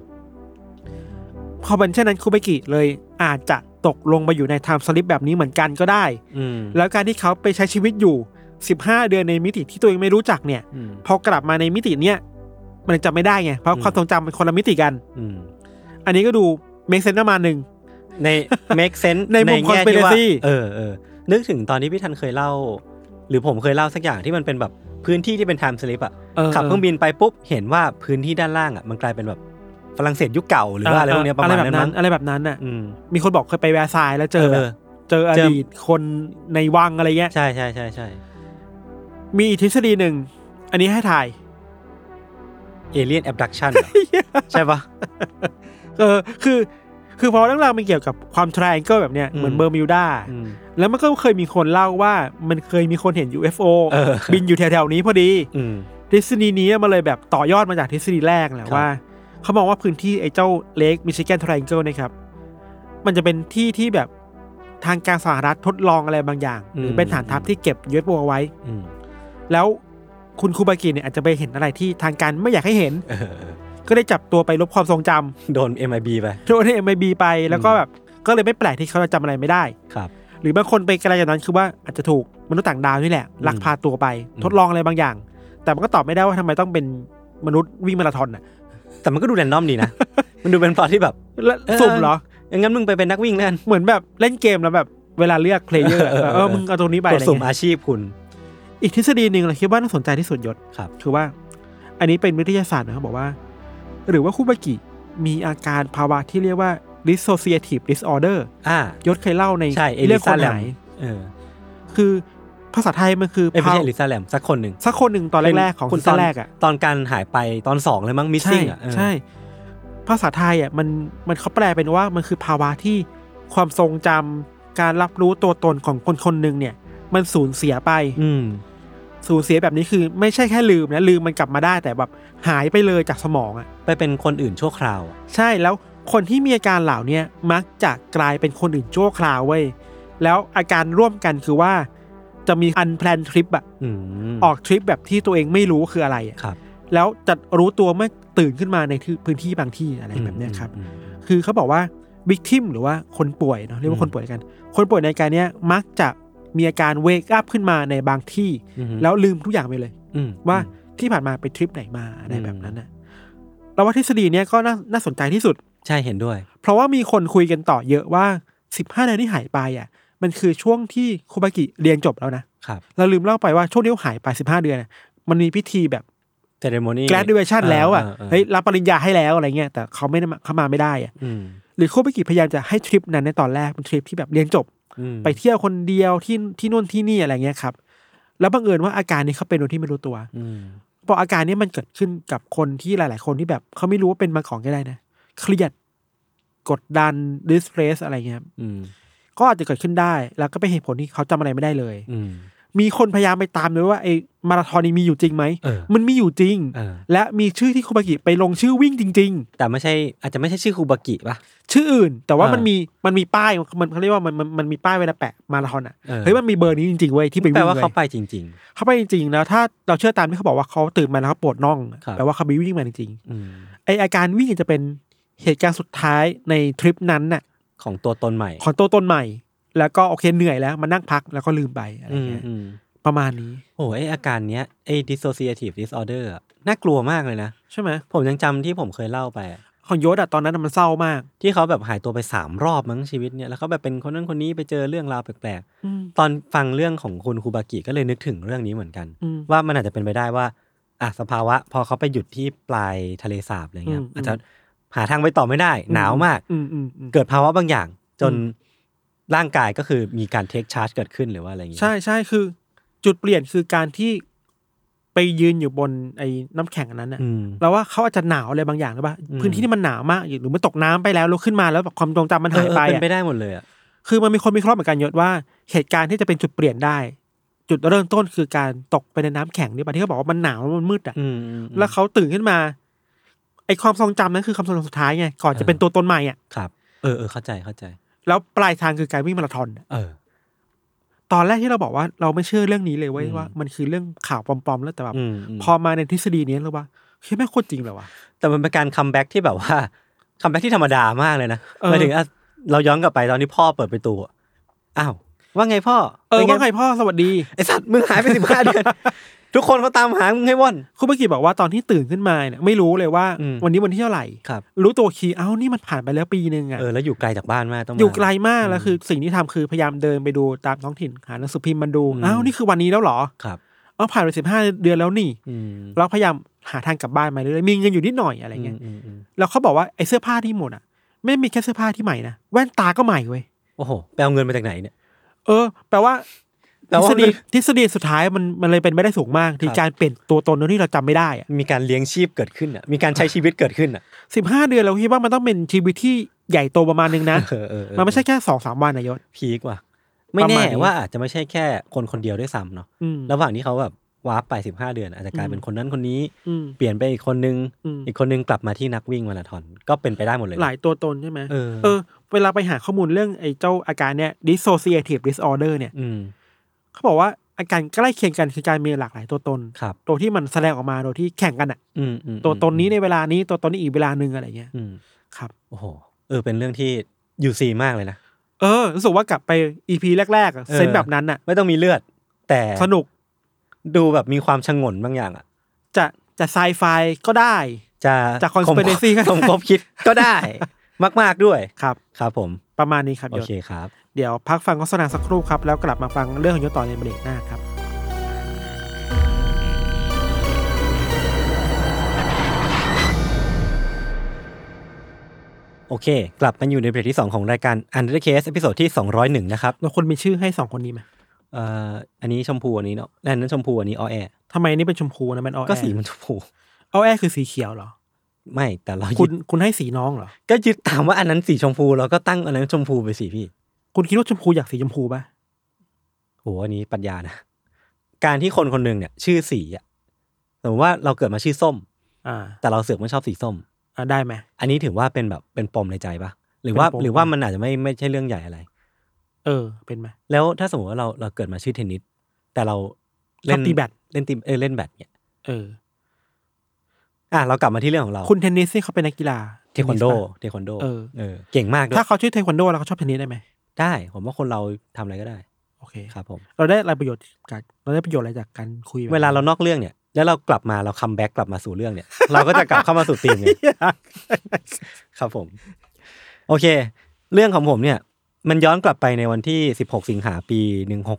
E: พอเป็นเช่นนั้นคูบากิเลยอาจจะตกลงไปอยู่ในไทม์สลิปแบบนี้เหมือนกันก็ได้แล้วการที่เขาไปใช้ชีวิตอยู่15เดือนในมิติที่ตัวเองไม่รู้จักเนี่ยพอกลับมาในมิติเนี้ยมันจำไม่ได้ไงเพราะความทรงจำเป็นคนละมิติกันอันนี้ก็ดูเมคเซนส์ประมาณนึง
D: ในเมคเซนส์ในมุมคอนสปิเรซี่นึกถึงตอนที่พี่ทันเคยเล่าหรือผมเคยเล่าสักอย่างที่มันเป็นแบบพื้นที่ที่เป็นไทม์สลิปอ่ะขับเครื่องบินไปปุ๊บเห็นว่าพื้นที่ด้านล่างอ่ะมันกลายเป็นแบบฝรั่งเศสยุคเก่าหรือว่าอะไรพวกนี้ประมาณนั้น
E: อะไรแบบนั้นน่ะมีคนบอกเคยไปแวร์ซายแล้วเจออดีตคนในวังอะไรเงี้ย
D: ใช่
E: มีอีกทฤษฎีหนึ่งอันนี้ให้ถ่าย
D: เอเลี่ยนแอบดักชั่นใช่ปะ
E: คือพอเรื่องราวมันเกี่ยวกับความไทรแองเกิลแบบเนี้ยเหมือนเบอร์มิวดาแล้วมันก็เคยมีคนเล่าว่ามันเคยมีคนเห็น UFO บินอยู่แถวๆนี้พอดีทฤษฎีนี้มันเลยแบบต่อยอดมาจากทฤษฎีแรกแหละว่าเขามองว่าพื้นที่ไอ้เจ้าเลคมิชิแกนไทรแองเกิลนะครับมันจะเป็นที่ที่แบบทางการสหรัฐทดลองอะไรบางอย่างหรือเป็นฐานทัพที่เก็บ UFO เอาไว้แล้วคุณคูบากิเนี่ยอาจจะไปเห็นอะไรที่ทางการไม่อยากให้เห็นก็ได้จับตัวไปลบความทรงจำ
D: โดน MIB ไป
E: แล้วก็แบบก็เลยไม่แปลกที่เขาจะจำอะไรไม่ได้
D: ครับ
E: หรือบางคนไปไกลจากนั้นคือว่าอาจจะถูกมนุษย์ต่างดาวนี่แหละลักพาตัวไปทดลองอะไรบางอย่างแต่มันก็ตอบไม่ได้ว่าทำไมต้องเป็นมนุษย์วิ่งมาราธอนน่ะ
D: แต่มันก็ดูแรนดอมดีนะ มันดูเป็นพล็อตที่แบบ
E: สุ่มเหรอ
D: อย่างงั้นมึงไปเป็นนักวิ่งแล้ว
E: เหมือนแบบเล่นเกมแล้วแบบเวลาเลือกเพลเยอร์มึงเอาตรงนี้ไป
D: สุ่มอาชีพคุณ
E: อีกทฤษฎีนึงเราคิดว่าน่าสนใจที่สุดยศคือว่าอันนี้เป็นวิทยาศาสตร์นะครับบอกว่าหรือว่าคูบากิมีอาการภาวะที่เรียกว่า dissociative disorder ยศเคยเล่าในเรื่องคนหายคือภาษาไทยมันคือ
D: ไม่ใช่ลิซ่าแลมสักคนหนึ่ง
E: ตอนแรกๆของตอนแรก
D: ตอนการหายไปตอน2เลยมั้ง missing
E: ใช่ภาษาไทยมันเขาแปลเป็นว่ามันคือภาวะที่ความทรงจำการรับรู้ตัวตนของคนคนนึงเนี่ยมันสูญเสียไปสูญเสียแบบนี้คือไม่ใช่แค่ลืมนะลืมมันกลับมาได้แต่แบบหายไปเลยจากสมอง
D: ไปเป็นคนอื่นชั่วคราว
E: ใช่แล้วคนที่มีอาการเหล่านี้มักจะกลายเป็นคนอื่นชั่วคราวเว้ยแล้วอาการร่วมกันคือว่าจะมีอันแพลนทริปอะออกทริปแบบที่ตัวเองไม่รู้คืออะไรอะแล้วจะรู้ตัวเมื่อตื่นขึ้นมาในพื้นที่บางที่อะไรแบบนี้ครับคือเขาบอกว่าวิกทิมหรือว่าคนป่วยเนาะเรียกว่าคนป่วยกันคนป่วยในการนี้มักจะมีอาการเวกอัพขึ้นมาในบางที่แล้วลืมทุกอย่างไปเลยว่าที่ผ่านมาไปทริปไหนมาอะไรแบบนั้นนะเราว่าทฤษฎีนี้ก็น่าสนใจที่สุด
D: ใช่เห็นด้วย
E: เพราะว่ามีคนคุยกันต่อเยอะว่า15เดือนที่หายไปอ่ะมันคือช่วงที่คุบากิเรียนจบแล้วนะครับเราลืมเล่าไปว่าช่วงที่เขาหายไป15เดือนมันมีพิธีแบบ
D: ceremony
E: graduation แล้วอ่ะเฮ้ยรับปริญญาให้แล้วอะไรเงี้ยแต่เขาไม่ได้เข้ามาไม่ได้อ่ะหรือคุบากิพยายามจะให้ทริปนั้นในตอนแรกเป็นทริปที่แบบเรียนจบไปเที่ยวคนเดียวที่นู่นที่นี่อะไรเงี้ยครับแล้วบังเอิญว่าอาการนี้เขาเป็นโดยที่ไม่รู้ตัวพออาการนี้มันเกิดขึ้นกับคนที่หลายๆคนที่แบบเขาไม่รู้ว่าเป็นมาของก็ได้นะเครียดกดดัน distress อะไรเงี้ยก็อาจจะเกิดขึ้นได้แล้วก็เป็นเหตุผลที่เขาจำอะไรไม่ได้เลยมีคนพยายามไปตามด้วยว่าไอ้มาราธอนนี้มีอยู่จริงไหมมันมีอยู่จริงและมีชื่อที่คุบากิไปลงชื่อวิ่งจริง
D: ๆแต่ไม่ใช่อาจจะไม่ใช่ชื่อคุบากิป่ะ
E: ชื่ออื่นแต่ว่ามันมีป้ายมันเขาเรียกว่ามันมีป้ายไว้นะแปะมาราธอนอ่ะเฮ้ยมันมีเบอร์นี้จริงๆเว้ยที่ไปวิ่ง
D: แปลว่าเขาไปจริง
E: ๆเขาไปจริงๆแล้วถ้าเราเชื่อตามที่เขาบอกว่าเขาตื่นมาแล้วเขาปวดน่องแปลว่าเขาไปวิ่งมาจริงๆไอ้อาการวิ่งจะเป็นเหตุการณ์สุดท้ายในทริปนั้นน่ะ
D: ของตัวตนใหม่
E: แล้วก็โอเคเหนื่อยแล้วมานั่งพักแล้วก็ลืมไปอะไรเงี้ยประมาณนี้
D: โอ้ไออาการเนี้ยไอ dissociative disorder น่ากลัวมากเลยนะ
E: ใช่ไหม
D: ผมยังจำที่ผมเคยเล่าไป
E: ของยศตอนนั้นมันเศร้ามาก
D: ที่เขาแบบหายตัวไป3รอบมั้งชีวิตเนี่ยแล้วเขาแบบเป็นคนนั้นคนนี้ไปเจอเรื่องราวแปลกๆตอนฟังเรื่องของคุณคุบากิก็เลยนึกถึงเรื่องนี้เหมือนกันว่ามันอาจจะเป็นไปได้ว่าสภาวะพอเขาไปหยุดที่ปลายทะเลสาบอะไรเงี้ยอาจจะหาทางไปต่อไม่ได้หนาวมากเกิดภาวะบางอย่างจนร่างกายก็คือมีการเทคชาร์จเกิดขึ้นหรือว่าอะไรอย่างเงี้ย
E: ใช่คือจุดเปลี่ยนคือการที่ไปยืนอยู่บนไอ้น้ำแข็งอันนั้นน่ะแล้วว่าเขาอาจจะหนาวอะไรบางอย่างหรือเปล่าพื้นที่ที่มันหนาวมากหรือมันตกน้ำไปแล้วลุกขึ้นมาแล้วแบบความทรงจำมันหายไป
D: เป็นไปได้หมดเลยอ่ะ
E: คือมันมีคนวิเคราะห์เหมือนกันยศว่าเหตุการณ์ที่จะเป็นจุดเปลี่ยนได้จุดเริ่มต้นคือการตกไปในน้ำแข็งนี่ป่ะที่เขาบอกว่ามันหนาวมันมืดอ่ะแล้วเขาตื่นขึ้นมาไอ้ความทรงจำนั้นคือความทรงจำสุดท้ายไงก่อนจะเป็นตัวตนใหม่อ่ะ
D: ครับเข้าใจ
E: แล้วปลายทางคือการวิ่งมาราธอนตอนแรกที่เราบอกว่าเราไม่เชื่อเรื่องนี้เลยว่ามันคือเรื่องข่าวปลอมๆแล้วแต่แบบพอมาในทฤษฎีนี้แล้วว่าเฮ้ยแม่งโคตรจริงเลยวะ
D: แต่มันเป็นการคัมแบ็กที่แบบว่าคัมแบ็กที่ธรรมดามากเลยนะหมายถึงเราย้อนกลับไปตอนที่พ่อเปิดประตูอ้าวว่าไงพ่อ
E: ว่าไงพ่อสวัสดี
D: ไอสัตว์มึงหายไป15 เดือนทุกคนเขาตามหามึงให้ว่อน
E: คุณเมื่อกี้บอกว่าตอนที่ตื่นขึ้นมาเนี่ยไม่รู้เลยว่าวันนี้วันที่เท่าไหร่รู้ตัวคีนี่มันผ่านไปแล้วปีนึงอ่ะ
D: แล้วอยู่ไกลจากบ้านมากต้อง
E: อยู่ไกลมากแล้วคือสิ่งที่ทำคือพยายามเดินไปดูตามท้องถิ่นหาหนังสือพิมพ์มันดูนี่คือวันนี้แล้วเหรอ
D: ครับ
E: ผ่านไป15 เดือนแล้วนี่แล้วพยายามหาทางกลับบ้านมาเรื่อยๆมีเงินอยู่นิดหน่อยอะไรเงี้ยแล้วเขาบอกว่าไอ้เสื้อผ้าที่หมดอ่ะไม่มีแค่เสื้อผ้าที่ใหม่นะแว่นตาก็ใหม่เว้ย
D: โอ้โหไปเอาเงินมาจากไหนเนี่ย
E: แปลว่าทฤษฎีสุดท้ายมันเลยเป็นไม่ได้สูงมากที่การเปลี่ยนตัวตนโดยที่เราจำไม่ได้
D: มีการเลี้ยงชีพเกิดขึ้นมีการใช้ชีวิตเกิดขึ้น
E: 15 เดือนเราคิดว่ามันต้องเป็นชีวิตที่ใหญ่โตประมาณนึงนะมันไม่ใช่แค่ 2-3 วันนะยศ
D: พีกว่าไม่แน่ว่าอาจจะไม่ใช่แค่คนเดียวด้วยซ้ำเนาะระหว่างที่เขาแบบวาร์ปไป15 เดือนอาจจะกลายเป็นคนนั้นคนนี้เปลี่ยนไปอีกคนนึงกลับมาที่นักวิ่งมาราธอนก็เป็นไปได้หมดเลย
E: หลายตัวตนใช่ไหมเวลาไปหาข้อมูลเรื่องไอ้เจ้าอาการเนี้ย dissociative disorder เนี่ยเขาบอกว่าอาการใกล้เคียงกันคือการมีหลากหลายตัวตนตัวที่มันแสดงออกมาโดยที่แข่งกันอ่ะตัวตนนี้ในเวลานี้ตัวตนนี้อีกเวลานึงอะไรเงี้ยครับ
D: โอ้โหเป็นเรื่องที่ยูซีมากเลยนะ
E: รู้สึกว่ากลับไป EP แรกๆเซนแบบนั้นอ่ะ
D: ไม่ต้องมีเลือดแต่
E: สนุก
D: ดูแบบมีความชงนบางอย่างอ่ะ
E: จะไซไฟก็ได้จะคอนสปิเรซี่ก็
D: คบคิดก็ได้มากๆด้วย
E: ครับ
D: ผม
E: ประมาณนี้ครับ
D: โอเคครับ
E: เดี๋ยวพักฟังโฆษณาสักครู่ครับแล้วกลับมาฟังเรื่องของยศต่อในเบรกหน้าครับ
D: โอเคกลับมาอยู่ในเบรกที่2ของรายการ Under the Case ตอนที่201นะครับ
E: แล้วคนมีชื่อให้2คนนี้มั้ย
D: อันนี้ชมพูอันนี้เนาะอันนั้นชมพูอันนี้ออแอ
E: ทำไมนี่เป็นชมพูนะมันออแอ
D: ก็สีมันชมพู
E: ออแอคือสีเขียวเหรอ
D: ไม่แต่เรา
E: คุณให้สีน้องเหรอ
D: ก็ยึดตามว่าอันนั้นสีชมพูเราก็ตั้งอันนั้นชมพูไปสิพี่
E: คุณคิดว่าชมพูอยากสีชมพูป่ะ
D: โหอันนี้ปัญญานะการที่คนคนนึงเนี่ยชื่อสีอ่ะสมมติว่าเราเกิดมาชื่อส้มแต่เราเสือกไม่ชอบสีส้ม
E: ได้ไหม
D: อันนี้ถือว่าเป็นแบบเป็นปมในใจป่ะหรือว่ามันอาจจะไม่ใช่เรื่องใหญ่อะไร
E: เป็นไหม
D: แล้วถ้าสมมติว่าเราเกิดมาชื่อเทนนิสแต่เราเล่น
E: ตีแบด
D: เล่นแบดเนี่ย
E: เรา
D: กลับมาที่เรื่องของเรา
E: คุณเทนนิสนี่เขาเป็นนักกีฬา
D: เทควันโดเก่งมากด้วย
E: ถ้าเขาชื่อเทควันโดแล้วเขาชอบเทนนิสได้ไหม
D: ได้ผมว่าคนเราทำอะไรก็ได้
E: โอเค
D: ครับผม
E: เราได้อะไรประโยชน์อะไรจากการคุย
D: เวลาเรานอกเรื่องเนี่ยแล้วเรากลับมาเราคัมแบ็กกลับมาสู่เรื่องเนี่ย เราก็จะกลับเข้ามาสู่ธีมเนี่ยครับผมโอเคเรื่องของผมเนี่ยมันย้อนกลับไปในวันที่16สิงหาคมปี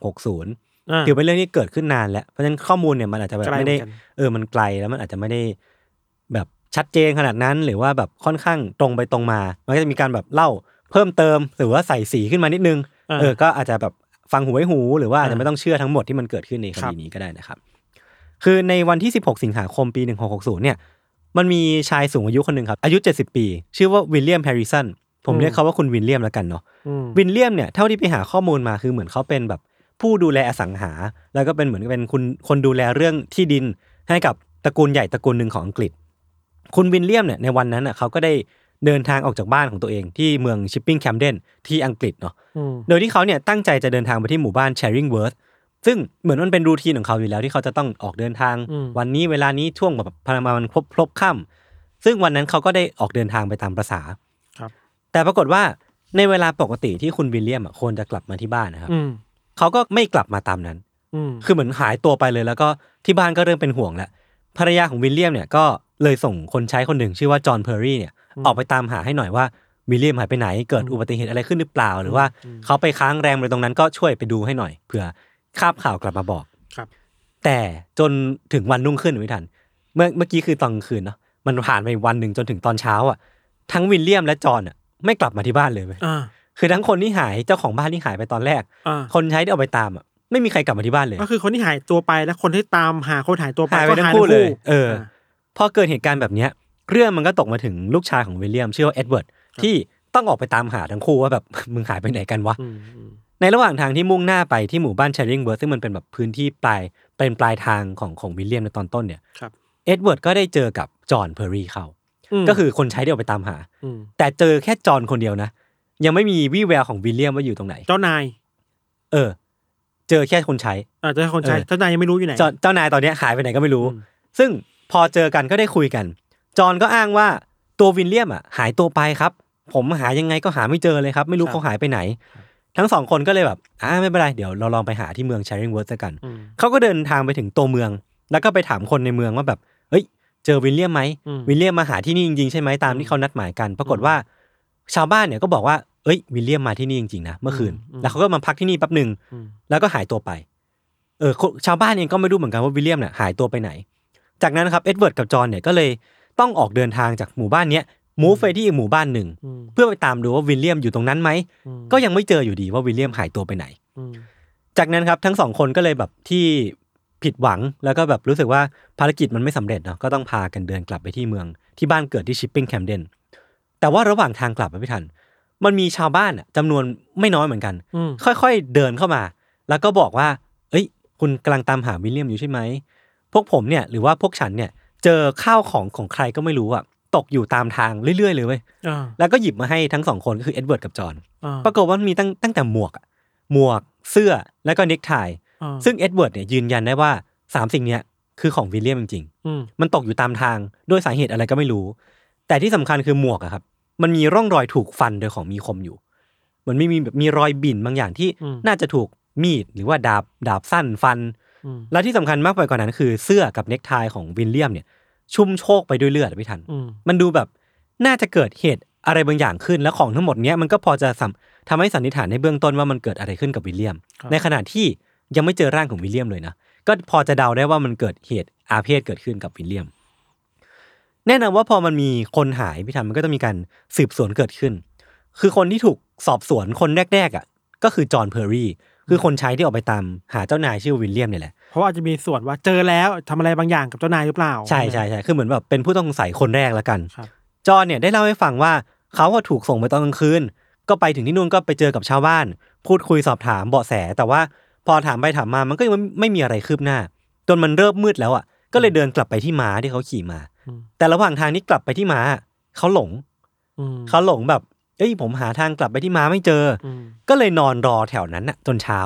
D: 1660คือเป็นเรื่องที่เกิดขึ้นนานแล้วเพราะฉะนั้นข้อมูลเนี่ยมันอาจจะแบบไม่ได้มันไกลแล้วมันอาจจะไม่ได้แบบชัดเจนขนาดนั้นหรือว่าแบบค่อนข้างตรงไปตรงมามันก็จะมีการแบบเล่าเพิ่มเติมหรือว่าใส่สีขึ้นมานิดนึงก็อาจจะแบบฟังหูไว้หูหรือว่าอาจจะไม่ต้องเชื่อทั้งหมดที่มันเกิดขึ้นในคดีนี้ก็ได้นะครับคือในวันที่16สิงหาคมปี1660เนี่ยมันมีชายสูงอายุคนนึงครับอายุ70ปีชื่อว่าวิลเลียมแฮร์ริสันผมเรียกเขาว่าคุณวิลเลียมแล้วกันเนาะวิลเลียมเนี่ยเท่าที่ไปหาข้อมูลมาคือเหมือนเขาเป็นแบบผู้ดูแลอสังหาแล้วก็เป็นเหมือนเป็นคนดูแลเรื่องที่ดินให้กับตระกูลใหญ่ตระกูลนึงของอังกฤษคุณวิลเลียมเนี่ยในวันนั้นน่ะเขาก็ได้เดินทางออกจากบ้านของตัวเองที่เมืองชิปปิ้งแคมเดนที่อังกฤษเนาะโดยที่เขาเนี่ยตั้งใจจะเดินทางไปที่หมู่บ้านแชริงเวิร์ธซึ่งเหมือนมันเป็นรูทีนของเขาอยู่แล้วที่เขาจะต้องออกเดินทางวันนี้เวลานี้ช่วงแบบประมาณพลบค่ำซึ่งวันนั้นเขาก็ได้ออกเดินทางไปตามประสาแต่ปรากฏว่าในเวลาปกติที่คุณวิลเลียมควรจะกลับมาที่บ้านนะครับเขาก็ไม่กลับมาตามนั้นคือเหมือนหายตัวไปเลยแล้วก็ที่บ้านก็เริ่มเป็นห่วงแล้วภรรยาของวิลเลียมเนี่ยก็เลยส่งคนใช้คนหนึ่งชื่อว่าจอห์นเพอร์รี่เนี่ยออกไปตามหาให้หน่อยว่าวิลเลียมหายไปไหนเกิดอุบัติเหตุอะไรขึ้นหรือเปล่าหรือว่าเขาไปค้างแรมอะไรตรงนั้นก็ช่วยไปดูให้หน่อยเผื่อคาบข่าวกลับมาบอกแต่จนถึงวันรุ่งขึ้นไม่ทันเมื่อกี้คือตอนกลางคืนเนาะมันผ่านไปวันหนึ่งจนถึงตอนเช้าทั้งวิลเลียมและจอห์นไม่กลับมาที่บ้านเลยคือทั้งคนที่หายเจ้าของบ้านที่หายไปตอนแรกคนใช้ที่เอาไปตามไม่มีใครกลับมาที่บ้านเลย
E: ก็คือคนที่หายตัวไปและคนที่ตามหาคนหายตัวไป
D: ก็หายทั้งคู่เลยพอเกิดเหตุการณ์แบบนี้เรื่องมันก็ตกมาถึงลูกชายของวิลเลียมชื่อว่าเอ็ดเวิร์ดที่ต้องออกไปตามหาทั้งคู่ว่าแบบมึงหายไปไหนกันวะในระหว่างทางที่มุ่งหน้าไปที่หมู่บ้านแชริงเวิร์ธซึ่งมันเป็นแบบพื้นที่ปลายทางของวิลเลียมในตอนต้นเนี่ยเอ็ดเวิร์ดก็ได้เจอกับจอห์นเพอร์รี่เขาก็คือคนใช้ที่ออกไปตามหาแต่เจอแค่จอห์นคนเดียวนะยังไม่มีวี่แววของวิลเลียมว่าอยู่ตรงไหน
E: เจ้านาย
D: เจอแค่คนใช้
E: เจอคนใช้เจ้านายยังไม่รู้อยู่ไหน
D: เจ้านายตอนนี้หายไปไหนก็ไม่รู้ซึ่งพอเจอกันก็ได้คุยกันจอห์นก็อ้างว่าตัววิลเลียมหายตัวไปครับผมหายังไงก็หาไม่เจอเลยครับไม่รู้เขาหายไปไหนทั้งสองคนก็เลยแบบไม่เป็นไรเดี๋ยวเราลองไปหาที่เมืองแชริงเวิร์ธกันเขาก็เดินทางไปถึงตัวเมืองแล้วก็ไปถามคนในเมืองว่าแบบเฮ้ยเจอวิลเลียมไหมวิลเลียมมาหาที่นี่จริงๆใช่ไหมตามที่เขานัดหมายกันปรากฏว่าชาวบ้านเนี่ยก็บอกว่าเอ้ยวิลเลียมมาที่นี่จริงๆนะเมื่อคืนแล้วเขาก็มาพักที่นี่แป๊บนึงแล้วก็หายตัวไปชาวบ้านเองก็ไม่รู้เหมือนกันว่าวิลเลียมเนี่ยหายตัวไปไหนจากนั้นครับเอ็ดเวิร์ดกับจอห์นเนี่ยก็เลยต้องออกเดินทางจากหมู่บ้านเนี้ยมูฟไปที่อีกหมู่บ้านหนึ่งเพื่อไปตามดูว่าวิลเลียมอยู่ตรงนั้นไหมก็ยังไม่เจออยู่ดีว่าวิลเลียมหายตัวไปไหนจากนั้นครับทั้งสองคนก็เลยแบบที่ผิดหวังแล้วก็แบบรู้สึกว่าภารกิจมันไม่สำเร็จเนาะก็ต้องพากันเดินกลับไปที่เมืองที่บ้านเกิดที่ชิปปิ้งแคมเดนแต่ว่าระหว่างทางกลับไม่ทันมันมีชาวบ้านจำนวนไม่น้อยเหมือนกันค่อยๆเดินเข้ามาแล้วก็บอกว่าเอ้ยคุณกำลังตามหาวิลเลียมอยู่ใช่ไหมพวกผมเนี่ยหรือว่าพวกฉันเนี่ยเจอข้าวของใครก็ไม่รู้ตกอยู่ตามทางเรื่อยๆเลยเว้ยแล้วก็หยิบมาให้ทั้งสองคนก็คือเอ็ดเวิร์ดกับจอห์นปรากฏว่ามีตั้งแต่หมวกเสื้อแล้วก็เนคไทซึ่งเอ็ดเวิร์ดเนี่ยยืนยันได้ว่า3สิ่งเนี้ยคือของวิลเลียมจริงๆมันตกอยู่ตามทางด้วยสาเหตุอะไรก็ไม่รู้แต่ที่สำคัญคือหมวกครับมันมีร่องรอยถูกฟันโดยของมีคมอยู่มันไม่มีแบบมีรอยบิ่นบางอย่างที่น่าจะถูกมีดหรือว่าดาบสั้นฟันและที่สำคัญมากไปกว่านั้นคือเสื้อกับเนคไทของวิลเลียมเนี่ยชุ่มโชกไปด้วยเลือดไม่ทันมันดูแบบน่าจะเกิดเหตุอะไรบางอย่างขึ้นแล้วของทั้งหมดเนี้ยมันก็พอจะทำให้สันนิษฐานในเบื้องต้นว่ามันเกิดอะไรขึ้นกับวิลเลียมในขณะที่ยังไม่เจอร่างของวิลเลียมเลยนะก็พอจะเดาได้ว่ามันเกิดเหตุอาเพศเกิดขึ้นกับวิลเลียมแน่นอนว่าพอมันมีคนหายพี่ทันมันก็ต้องมีการสืบสวนเกิดขึ้นคือคนที่ถูกสอบสวนคนแรกๆก็คือจอห์นเพอร์รี่คือคนใช้ที่ออกไปตามหาเจ้านายชื่อวิลเลียมเนี่ยแหละ
E: เพราะอาจจะมีส่วนว่าเจอแล้วทำอะไรบางอย่างกับเจ้านายหรือเปล่า
D: ใช่คือเหมือนแบบเป็นผู้ต้องสงสัยคนแรกแล้วกันจอห์นเนี่ยได้เล่าให้ฟังว่าเขาถูกส่งไปตอนกลางคืนก็ไปถึงที่นู่นก็ไปเจอกับชาวบ้านพูดคุยสอบถามเบาะแสแต่ว่าพอถามไปถามมามันก็ยังไม่มีอะไรคืบหน้าจนมันเริ่มมืดแล้วก็เลยเดินกลับไปที่ม้าที่เขาขี่มาแต่ระหว่างทางนี้กลับไปที่ม้าเขาหลงแบบผมหาทางกลับไปที่ม้าไม่เจอก็เลยนอนรอแถวนั้นจนเช้า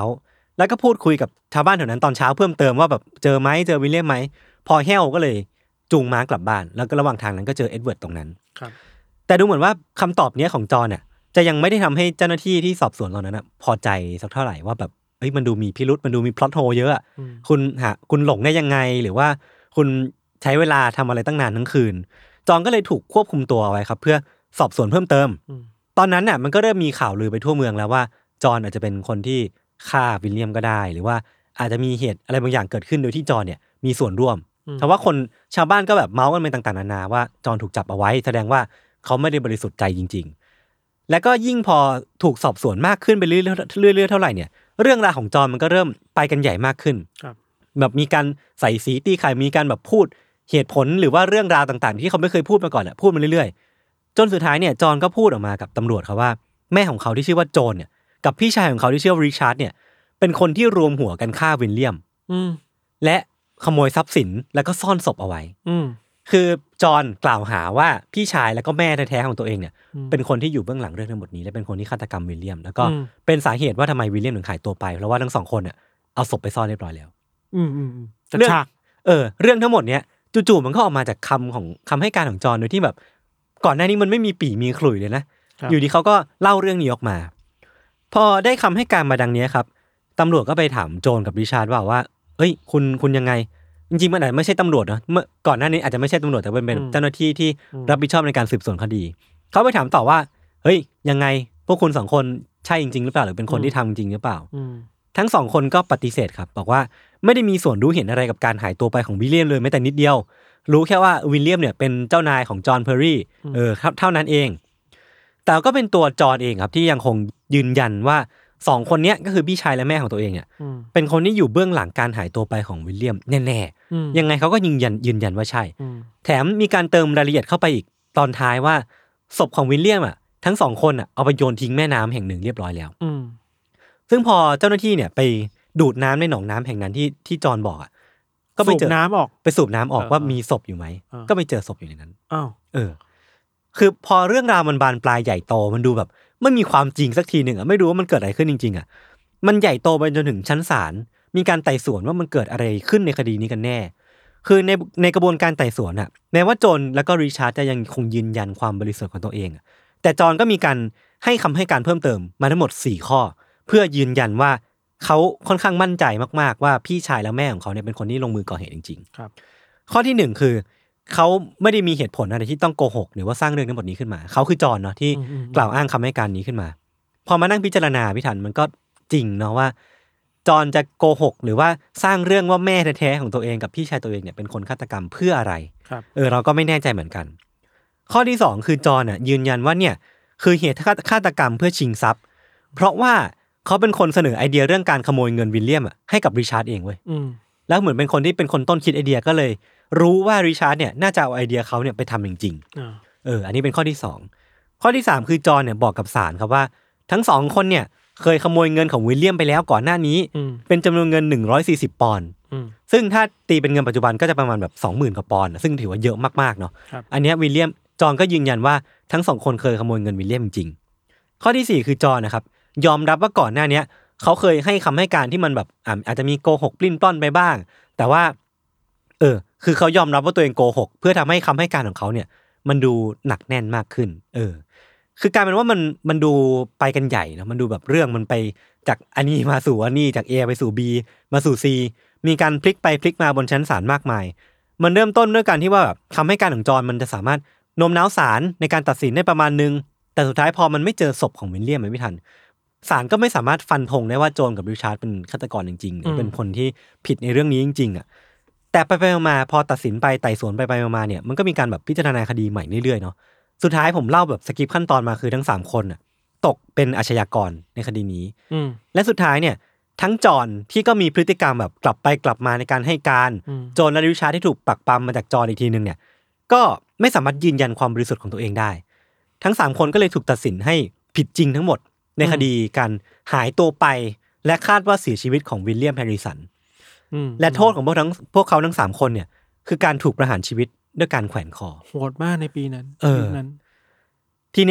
D: แล้วก็พูดคุยกับชาวบ้านแถวนั้นตอนเช้าเพิ่มเติมว่าแบบเจอไหมเจอวิลเลียมไหมพอแห้วก็เลยจูงม้ากลับบ้านแล้วก็ระหว่างทางนั้นก็เจอเอ็ดเวิร์ดตรงนั้นแต่ดูเหมือนว่าคำตอบนี้ของจอห์นเนี่ยจะยังไม่ได้ทำให้เจ้าหน้าที่ที่สอบสวนเหล่านั้นพอใจสักเท่าไหร่ว่าแบบมันดูมีพิรุธมันดูมีพล็อตโฮเยอะคุณหลงได้ยังไงหรือว่าคุณใช้เวลาทำอะไรตั้งนานทั้งคืนจอห์นก็เลยถูกควบคุมตัวเอาไว้ครับเพื่อสอบสวนเพิ่มเติมตอนนั้นน่ะมันก็เริ่มมีข่าวลือไปทั่วเมืองแล้วว่าจอห์นอาจจะเป็นคนที่ฆ่าวิลเลียมก็ได้หรือว่าอาจจะมีเหตุอะไรบางอย่างเกิดขึ้นโดยที่จอห์นเนี่ยมีส่วนร่วมเพราะว่าคนชาวบ้านก็แบบเมาส์กันไปต่างๆนานาว่าจอห์นถูกจับเอาไว้แสดงว่าเขาไม่ได้บริสุทธิ์ใจจริงๆแล้วก็ยิ่งพอถูกสอบสวนมากขึ้นไปเรื่อยๆเท่าไหร่เนี่ยเรื่องราวของจอห์นมันก็เริ่มไปกันใหญ่มากขึ้นแบบมีการใส่สีตีไข่มีการแบบพูดเหตุผลหรือว่าเรื่องราวต่างๆที่เขาไม่เคยพูดมาก่อนพูดมาเรื่อยๆจนสุดท้ายเนี่ยจอห์นก็พูดออกมากับตำรวจเขาว่าแม่ของเขาที่ชื่อว่าโจนเนี่ยกับพี่ชายของเขาที่ชื่อว่าริชาร์ดเนี่ยเป็นคนที่รวมหัวกันฆ่าวิลเลียมและขโมยทรัพย์สินแล้วก็ซ่อนศพเอาไว้คือจอห์นกล่าวหาว่าพี่ชายแล้วก็แม่แท้ๆของตัวเองเนี่ยเป็นคนที่อยู่เบื้องหลังเรื่องทั้งหมดนี้และเป็นคนที่ฆาตกรรมวิลเลียมแล้วก็เป็นสาเหตุว่าทำไมวิลเลียมถึงหายตัวไปเพราะว่าทั้งสองคนเนี่ยเอาศพไปซ่อนเรียบร้อยแล้วเรื่องทั้งหมดเนี้ยจู่ๆมันก็ออกมาจากคำให้การของจอห์นโดยที่แบบก่อนหน้านี้มันไม่มีปี่มีขลุ่ยเลยนะอยู่ดีเขาก็เล่าเรื่องนี้ออกมาพอได้คำให้การมาดังนี้ครับตำรวจก็ไปถามโจนกับริชาร์ดว่าคุณยังไงจริงๆมันอาจจะไม่ใช่ตำรวจนะเมื่อก่อนหน้านี้อาจจะไม่ใช่ตำรวจแต่เป็นเจ้าหน้าที่ที่รับผิดชอบในการสืบสวนคดีเขาไปถามต่อว่าเฮ้ยยังไงพวกคุณสองคนใช่จริงๆหรือเปล่าหรือเป็นคนที่ทำจริงหรือเปล่าทั้งสองคนก็ปฏิเสธครับบอกว่าไม่ได้มีส่วนรู้เห็นอะไรกับการหายตัวไปของวิลเลียมเลยแม้แต่นิดเดียวรู้แค่ว่าวิลเลียมเนี่ยเป็นเจ้านายของจอห์นเพอร์รี่เท่านั้นเองแต่ก็เป็นตัวจอห์นเองครับที่ยังคงยืนยันว่าสองคนนี้ก็คือพี่ชายและแม่ของตัวเองเนี่ยเป็นคนที่อยู่เบื้องหลังการหายตัวไปของวิลเลียมแน่ๆยังไงเขาก็ยืนยันว่าใช่แถมมีการเติมรายละเอียดเข้าไปอีกตอนท้ายว่าศพของวิลเลียมทั้งสองคนเอาไปโยนทิ้งแม่น้ำแห่งหนึ่งเรียบร้อยแล้วซึ่งพอเจ้าหน้าที่เนี่ยไปดูดน้ำในหนองน้ำแห่งนั้นที่จอห์นบอกก็ไปเจอไปสูบน้ำออกว่ามีศพอยู่ไหมก็ไปเจอศพอยู่ในนั้นคือพอเรื่องราวมันบานปลายใหญ่โตมันดูแบบไม่มีความจริงสักทีหนึ่งไม่รู้ว่ามันเกิดอะไรขึ้นจริงๆมันใหญ่โตไปจนถึงชั้นศาลมีการไต่สวนว่ามันเกิดอะไรขึ้นในคดีนี้กันแน่คือในกระบวนการไต่สวนแม้ว่าโจนแล้วก็ริชาร์ดจะยังคงยืนยันความบริสุทธิ์ของตัวเองแต่จอห์นก็มีการให้คำให้การเพิ่มเติมมาทั้งหมด4ข้อเพื่อยืนยันว่าเขาค่อนข้างมั่นใจมากๆว่าพี่ชายและแม่ของเขาเนี่ยเป็นคนที่ลงมือก่อเหตุจริงๆครับข้อที่1คือเขาไม่ได้มีเหตุผลอะไรที่ต้องโกหกหรือว่าสร้างเรื่องทั้งหมดนี้ขึ้นมาเขาคือจอห์นเนาะที่กล่าวอ้างคำให้การนี้ขึ้นมาพอมานั่งพิจารณาพี่ทันมันก็จริงเนาะว่าจอห์นจะโกหกหรือว่าสร้างเรื่องว่าแม่แท้ๆของตัวเองกับพี่ชายตัวเองเนี่ยเป็นคนฆาตกรรมเพื่ออะไรเราก็ไม่แน่ใจเหมือนกันข้อที่2คือจอห์นยืนยันว่าเนี่ยคือเหตุฆาตกรรมเพื่อชิงทรัพย์เพราะว่าเขาเป็นคนเสนอไอเดียเรื่องการขโมยเงินวิลเลียมให้กับริชาร์ดเองเว้ยแล้วเหมือนเป็นคนที่เป็นคนต้นคิดไอเดียก็เลยรู้ว่าริชาร์ดเนี่ยน่าจะเอาไอเดียเขาเนี่ยไปทำจริงๆอันนี้เป็นข้อที่2ข้อที่3คือจอห์นเนี่ยบอกกับศาลครับว่าทั้ง2คนเนี่ยเคยขโมยเงินของวิลเลียมไปแล้วก่อนหน้านี้เป็นจำนวนเงิน140ปอนด์ซึ่งถ้าตีเป็นเงินปัจจุบันก็จะประมาณแบบ 20,000 กว่าปอนด์ซึ่งถือว่าเยอะมากๆเนาะอันนี้วิลเลียมจอห์นก็ยืนยันว่าทั้ง2คนเคยขโมยเงินวิลเลียมจริงๆข้อที่4คือจอห์นนะครับยอมรับว่าก่อนหน้านี้เขาเคยให้คำให้การที่มันแบบอาจจะมีโกหกปลิ้นปล้อนไปบ้างแต่ว่าคือเขายอมรับว่าตัวเองโกหกเพื่อทำให้คำให้การของเขาเนี่ยมันดูหนักแน่นมากขึ้นคือกลายเป็นว่ามันดูไปกันใหญ่นะมันดูแบบเรื่องมันไปจากอันนี้มาสู่อันนี้จาก A ไปสู่ B มาสู่ C มีการพลิกไปพลิกมาบนชั้นศาลมากมายมันเริ่มต้นด้วยการที่ว่าแบบคำให้การของจอห์นมันจะสามารถโน้มน้าวศาลในการตัดสินได้ประมาณนึงแต่สุดท้ายพอมันไม่เจอศพของวิลเลียมไม่ทันศาลก็ไม่สามารถฟันธงได้ว่าโจนกับริชาร์ดเป็นฆาตกรจริงๆหรือเป็นคนที่ผิดในเรื่องนี้จริงๆแต่ไปมาพอตัดสินไปไต่สวนไปมาเนี่ยมันก็มีการแบบพิจารณาคดีใหม่เรื่อยๆเนาะสุดท้ายผมเล่าแบบสกิปขั้นตอนมาคือทั้ง3คนตกเป็นอาชญากรในคดีนี้และสุดท้ายเนี่ยทั้งจอห์นที่ก็มีพฤติกรรมแบบกลับไปกลับมาในการให้การโจนและริชาร์ดที่ถูกปักปั๊มมาจากจอห์นอีกทีนึงเนี่ยก็ไม่สามารถยืนยันความบริสุทธิ์ของตัวเองได้ทั้ง3คนก็เลยถูกตัดสินให้ผิดจริงทั้งหมดในคดีการหายตัวไปและคาดว่าเสียชีวิตของวิลเลียมแฮร์ริสันและโทษของพวกเขาทั้ง3คนเนี่ยคือการถูกประหารชีวิตด้วยการแขวนคอ
E: โหดมากในปีนั้น
D: ทีเนี้ยครับ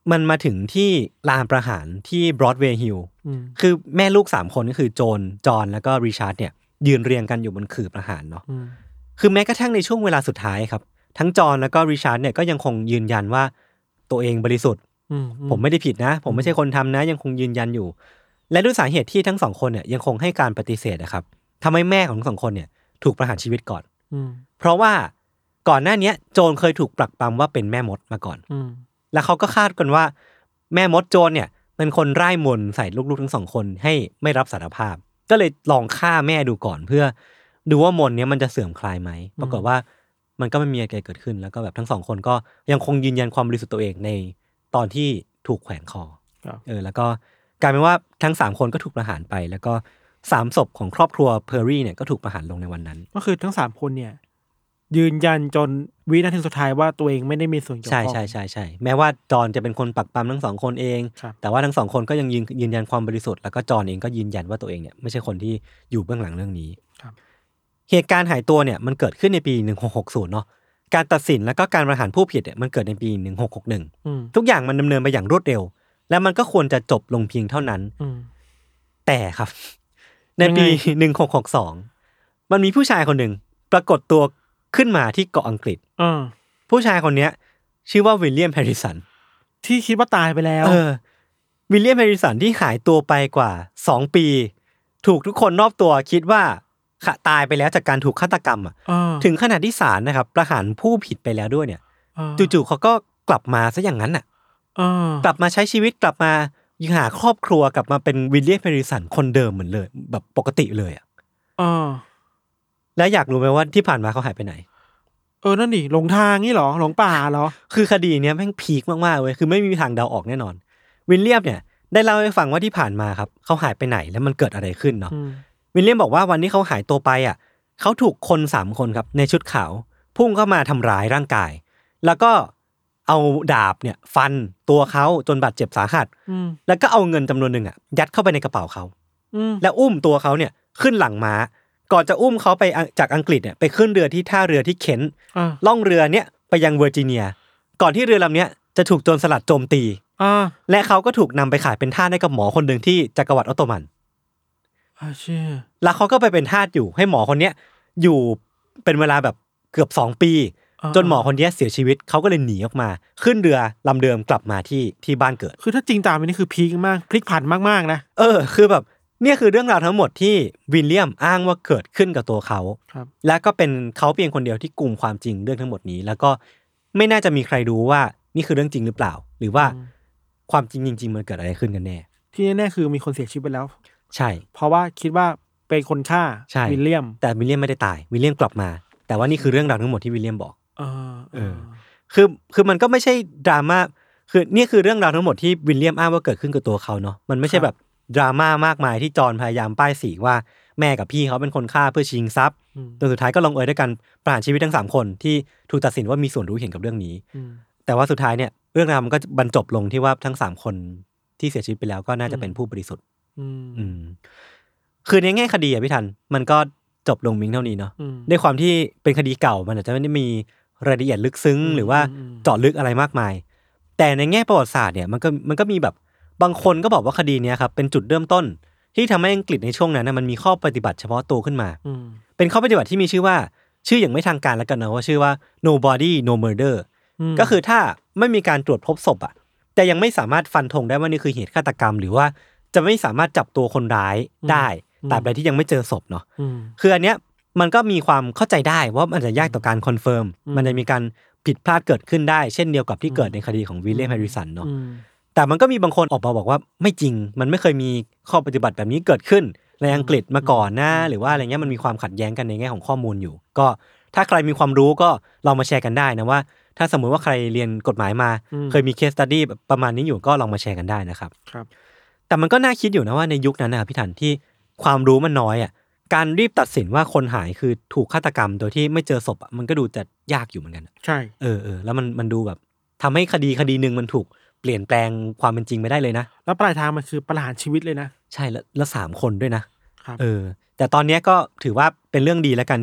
D: มันมาถึงที่ลานประหารที่บรอดเวย์ฮิลล์คือแม่ลูก3คนก็คือโจนจอห์นแล้วก็ริชาร์ดเนี่ยยืนเรียงกันอยู่บนขื่อประหารเนาะคือแม้กระทั่งในช่วงเวลาสุดท้ายครับทั้งจอห์นแล้วก็ริชาร์ดเนี่ยก็ยังคงยืนยันว่าตัวเองบริสุทธิ์ผมไม่ได้ผิดนะผมไม่ใช่คนทำนะยังคงยืนยันอยู่และด้วยสาเหตุที่ทั้ง2คนเนี่ยยังคงให้การปฏิเสธนะครับทำให้แม่ของทั้ง2คนเนี่ยถูกประหารชีวิตก่อนเพราะว่าก่อนหน้านี้โจนเคยถูกปรักปรำว่าเป็นแม่มดมาก่อนแล้วเขาก็คาดกันว่าแม่มดโจนเนี่ยเป็นคนร่ายมนต์ใส่ลูกๆทั้ง2คนให้ไม่รับสารภาพก็เลยลองฆ่าแม่ดูก่อนเพื่อดูว่ามนต์นี้มันจะเสื่อมคลายไหมปรากฏว่ามันก็ไม่มีอะไรเกิดขึ้นแล้วก็แบบทั้ง2คนก็ยังคงยืนยันความบริสุทธิ์ตัวเองในตอนที่ถูกแขวนคอแล้วก็กลายเป็นว่าทั้ง3คนก็ถูกประหารไปแล้วก็3ศพของครอบครัวเพอร์รี่เนี่ยก็ถูกประหารลงในวันนั้น
E: ก็คือทั้ง3คนเนี่ยยืนยันจนวินาทีสุดท้ายว่าตัวเองไม่ได้มีส่วนเกี่ยวข้อง
D: ใช่แม้ว่าจอห์นจะเป็นคนปักปั๊มทั้ง2คนเองแต่ว่าทั้ง2คนก็ยังยืนยันความบริสุทธิ์แล้วก็จอห์นเองก็ยืนยันว่าตัวเองเนี่ยไม่ใช่คนที่อยู่เบื้องหลังเรื่องนี้เหตุการณ์หายตัวเนี่ยมันเกิดขึ้นในปี1660เนาะการตัดสินแล้วก็การประหารผู้ผิดเนี่ยมันเกิดในปี1661ทุกอย่างมันดำเนินไปอย่างรวดเร็วและมันก็ควรจะจบลงเพียงเท่านั้นแต่ครับในปี1662มันมีผู้ชายคนหนึ่งปรากฏตัวขึ้นมาที่เกาะอังกฤษผู้ชายคนนี้ชื่อว่าวิลเลียมแฮร์ริสัน
E: ที่คิดว่าตายไปแล้ว
D: วิลเลียมแฮร์ริสันที่หายตัวไปกว่า2ปีถูกทุกคนรอบตัวคิดว่าตายไปแล้วจากการถูกฆาตกรรมถึงขนาดที่ศาลนะครับประหารผู้ผิดไปแล้วด้วยเนี่ยจู่ๆเขาก็กลับมาซะอย่างนั้นน่ะกลับมาใช้ชีวิตกลับมาหาครอบครัวกลับมาเป็นวิลเลียมแฮร์ริสันคนเดิมเหมือนเลยแบบปกติเลยแล้วอยากรู้ไหมว่าที่ผ่านมาเขาหายไปไหน
E: นั่นดิหลงทางนี่หรอหลงป่าเหรอ
D: คือคดีเนี้ยแม่งพีคมากๆเว้ยคือไม่มีทางเดาออกแน่นอนวิลเลียมเนี่ยได้เล่าให้ฟังว่าที่ผ่านมาครับเขาหายไปไหนแล้วมันเกิดอะไรขึ้นเนาะวิลเลียมบอกว่าวันที่เขาหายตัวไปเขาถูกคน3คนครับในชุดขาวพุ่งเข้ามาทำร้ายร่างกายแล้วก็เอาดาบเนี่ยฟันตัวเขาจนบาดเจ็บสาหัสแล้วก็เอาเงินจำนวนหนึ่งยัดเข้าไปในกระเป๋าเขาแล้วอุ้มตัวเขาเนี่ยขึ้นหลังม้าก่อนจะอุ้มเขาไปจากอังกฤษเนี่ยไปขึ้นเรือที่ท่าเรือที่เคนต์ล่องเรือเนี่ยไปยังเวอร์จิเนียก่อนที่เรือลำนี้จะถูกโจรสลัดโจมตีและเขาก็ถูกนำไปขายเป็นทาสให้กับหมอคนหนึ่งที่จักรวรรดิออตโตมันแล้วเขาก็ไปเป็นทาสอยู่ให้หมอคนนี้อยู่เป็นเวลาแบบเกือบ2ปีจนหมอคนนี้เสียชีวิตเขาก็เลยหนีออกมาขึ้นเรือลำเดิมกลับมาที่บ้านเกิด
E: คือถ้าจริงตามนี่คือพีคมากพลิกผันมากๆนะ
D: คือแบบเนี่ยคือเรื่องราวทั้งหมดที่วิลเลียมอ้างว่าเกิดขึ้นกับตัวเขาและก็เป็นเขาเพียงคนเดียวที่กุมความจริงเรื่องทั้งหมดนี้แล้วก็ไม่น่าจะมีใครรู้ว่านี่คือเรื่องจริงหรือเปล่าหรือว่าความจริงจริงๆมันเกิดอะไรขึ้นกันแน่
E: ที่แน่คือมีคนเสียชีวิตไปแล้ว
D: ใช่
E: เพราะว่าคิดว่าเป็นคนฆ่าวิลเลียม
D: แต่วิลเลียมไม่ได้ตายวิลเลียมกลับมาแต่ว่านี่คือเรื่องราวทั้งหมดที่วิลเลียมบอกคือมันก็ไม่ใช่ดราม่าคือนี่คือเรื่องราวทั้งหมดที่วิลเลียมอ้างว่าเกิดขึ้นกับตัวเขาเนาะมันไม่ใช่แบบดราม่ามากมายที่จอห์นพยายามป้ายสีว่าแม่กับพี่เขาเป็นคนฆ่าเพื่อชิงทรัพย์จนสุดท้ายก็ลงเอยด้วยกันประหารชีวิตทั้ง3คนที่ถูกตัดสินว่ามีส่วนรู้เห็นกับเรื่องนี้แต่ว่าสุดท้ายเนี่ยเรื่องราวมันก็บรรจบลงที่ว่าทั้ง3คนที่เสียชีวิตไปแล้วก็น่าจะเป็นผู้บริสุทธิ์คือในแง่คดีพี่ทันมันก็จบลงมิ้งเท่านี้เนาะด้วยความที่เป็นคดีเก่ามันอาจจะไม่ได้มีรายละเอียดลึกซึ้งหรือว่าเจาะลึกอะไรมากมายแต่ในแง่ประวัติศาสตร์เนี่ยมันก็มีแบบบางคนก็บอกว่าคดีนี้ครับเป็นจุดเริ่มต้นที่ทำให้อังกฤษในช่วงนั้นมันมีข้อปฏิบัติเฉพาะตัวขึ้นมาเป็นข้อปฏิบัติที่มีชื่ออย่างไม่ทางการแล้วกันนะว่าชื่อว่า no body no murder ก็คือถ้าไม่มีการตรวจพบศพแต่ยังไม่สามารถฟันธงได้ว่านี่คือเหตุฆาตกรรมหรือว่าจะไม่สามารถจับตัวคนร้ายได้ตราบใดที่ยังไม่เจอศพเนาะคืออันเนี้ยมันก็มีความเข้าใจได้ว่ามันจะยากต่อการคอนเฟิร์มมันจะมีการผิดพลาดเกิดขึ้นได้เช่นเดียวกับที่เกิดในคดีของวิลเลียมแฮร์ริสันเนาะแต่มันก็มีบางคนออกมาบอกว่าไม่จริงมันไม่เคยมีข้อปฏิบัติแบบนี้เกิดขึ้นในอังกฤษมาก่อนนะหรือว่าอะไรเงี้ยมันมีความขัดแย้งกันในแง่ของข้อมูลอยู่ก็ถ้าใครมีความรู้ก็ลองมาแชร์กันได้นะว่าถ้าสมมุติว่าใครเรียนกฎหมายมาเคยมีเคสสตัดดี้ประมาณนี้อยู่ก็ลองมาแชร์กันได้นะครับแต่มันก็น่าคิดอยู่นะว่าในยุคนั้นนะครับพี่ทันที่ความรู้มันน้อยการรีบตัดสินว่าคนหายคือถูกฆาตกรรมโดยที่ไม่เจอศพมันก็ดูจะยากอยู่เหมือนกัน
E: ใช่
D: แล้วมันดูแบบทำให้คดีนึงมันถูกเปลี่ยนแปลงความเป็นจริงไปได้เลยนะ
E: แล้วปลายทางมันคือประหารชีวิตเลยนะ
D: ใช่แล้ว3คนด้วยนะแต่ตอนนี้ก็ถือว่าเป็นเรื่องดีแล้วกันที่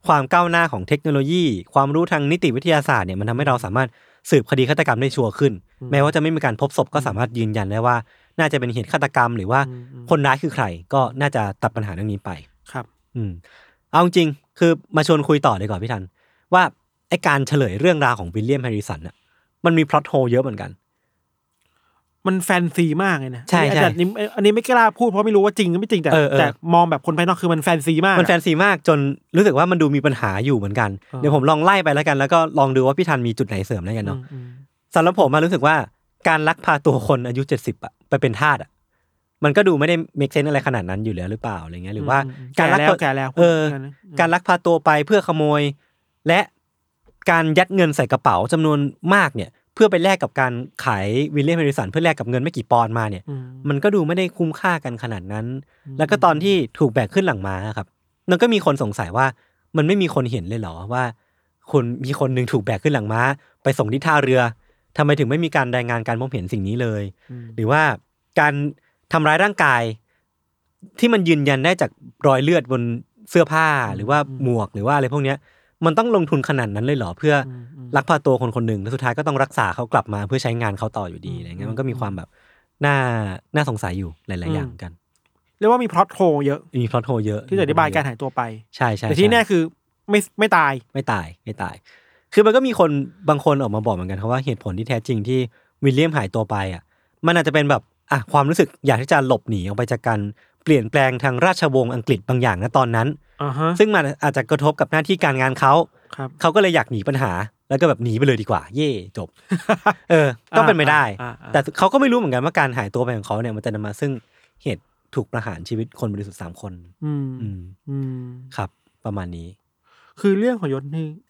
D: ความก้าวหน้าของเทคโนโลยีความรู้ทางนิติวิทยาศาสตร์เนี่ยมันทำให้เราสามารถสืบคดีฆาตกรรมได้ชัวร์ขึ้นแม้ว่าจะไม่มีการพบศพก็สามารถยืนยันได้ว่าน่าจะเป็นเหตุฆาตกรรมหรือว่าคนร้ายคือใครก็น่าจะตัดปัญหาเรื่องนี้ไป
E: ครับ
D: เอาจริงคือมาชวนคุยต่อดีกว่าพี่ทันว่าไอ้การเฉลยเรื่องราวของวิลเลียมแฮร์ริสันน่ะมันมีพล็อตโฮลเยอะเหมือนกัน
E: มันแฟนซีมากเลยนะ
D: ใช่ๆ
E: อันนี้ไม่กล้าพูดเพราะไม่รู้ว่าจริงหรือไม่จริงแต่มองแบบคนภายนอกคือมันแฟนซีมาก
D: มันแฟนซีมากจนรู้สึกว่ามันดูมีปัญหาอยู่เหมือนกันเดี๋ยวผมลองไล่ไปแล้วกันแล้วก็ลองดูว่าพี่ทันมีจุดไหนเสริมได้กันเนาะสำหรับผมมารู้สึกว่าการลักพาตัวคนอายุ70อ่ะไปเป็นทาสอ่ะมันก็ดูไม่ได้เมคเซนส์อะไรขนาดนั้นอยู่แล้วหรือเปล่าอะไรเงี้ยหรือว่า
E: การลัก
D: การลักพาตัวไปเพื่อขโมยและการยัดเงินใส่กระเป๋าจำนวนมากเนี่ยเพื่อไปแลกกับการขายวิลเลียมแฮร์ริสันเพื่อแลกกับเงินไม่กี่ปอนด์มาเนี่ยมันก็ดูไม่ได้คุ้มค่ากันขนาดนั้นแล้วก็ตอนที่ถูกแบกขึ้นหลังม้าครับมันก็มีคนสงสัยว่ามันไม่มีคนเห็นเลยเหรอว่าคนมีคนนึงถูกแบกขึ้นหลังม้าไปส่งที่ท่าเรือทำไมถึงไม่มีการรายงานการพบเห็นสิ่งนี้เลยหรือว่าการทำร้ายร่างกายที่มันยืนยันได้จากรอยเลือดบนเสื้อผ้าหรือว่าหมวกหรือว่าอะไรพวกนี้มันต้องลงทุนขนาดนั้นเลยเหรอเพื่อลักพาตัวคนคนหนึ่งแล้วสุดท้ายก็ต้องรักษาเขากลับมาเพื่อใช้งานเขาต่ออยู่ดีอะไรเงี้ยมันก็มีความแบบน่าสงสัยอยู่หลายๆอย่างกัน
E: เรียกว่ามีพล็อตโฮเยอะ
D: มีพล็อตโฮเยอะ
E: ที่จะอธิบายการหายตัวไป
D: ใช่ๆ
E: แต่ที่แน่คือไม่ตาย
D: คือมันก็มีคนบางคนออกมาบอกเหมือนกันว่าเหตุผลที่แท้จริงที่วิลเลียมหายตัวไปอ่ะมันอาจจะเป็นแบบความรู้สึกอยากที่จะหลบหนีออกไปจากการเปลี่ยนแปลงทางราชวงศ์อังกฤษบางอย่างณตอนนั้นซึ่งมันอาจจะกระทบกับหน้าที่การงานเขาก็เลยอยากหนีปัญหาแล้วก็แบบหนีไปเลยดีกว่าเย่จบก็เป็นไม่ได้แต่เขาก็ไม่รู้เหมือนกันว่าการหายตัวไปของเขาเนี่ยมันจะนำมาซึ่งเหตุถูกประหารชีวิตคนบริสุทธิ์3 คนครับประมาณนี้
E: คือเรื่องของยศ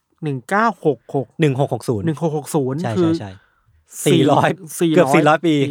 D: 1660
E: คือ
D: ใช่400เกือบ400 ปี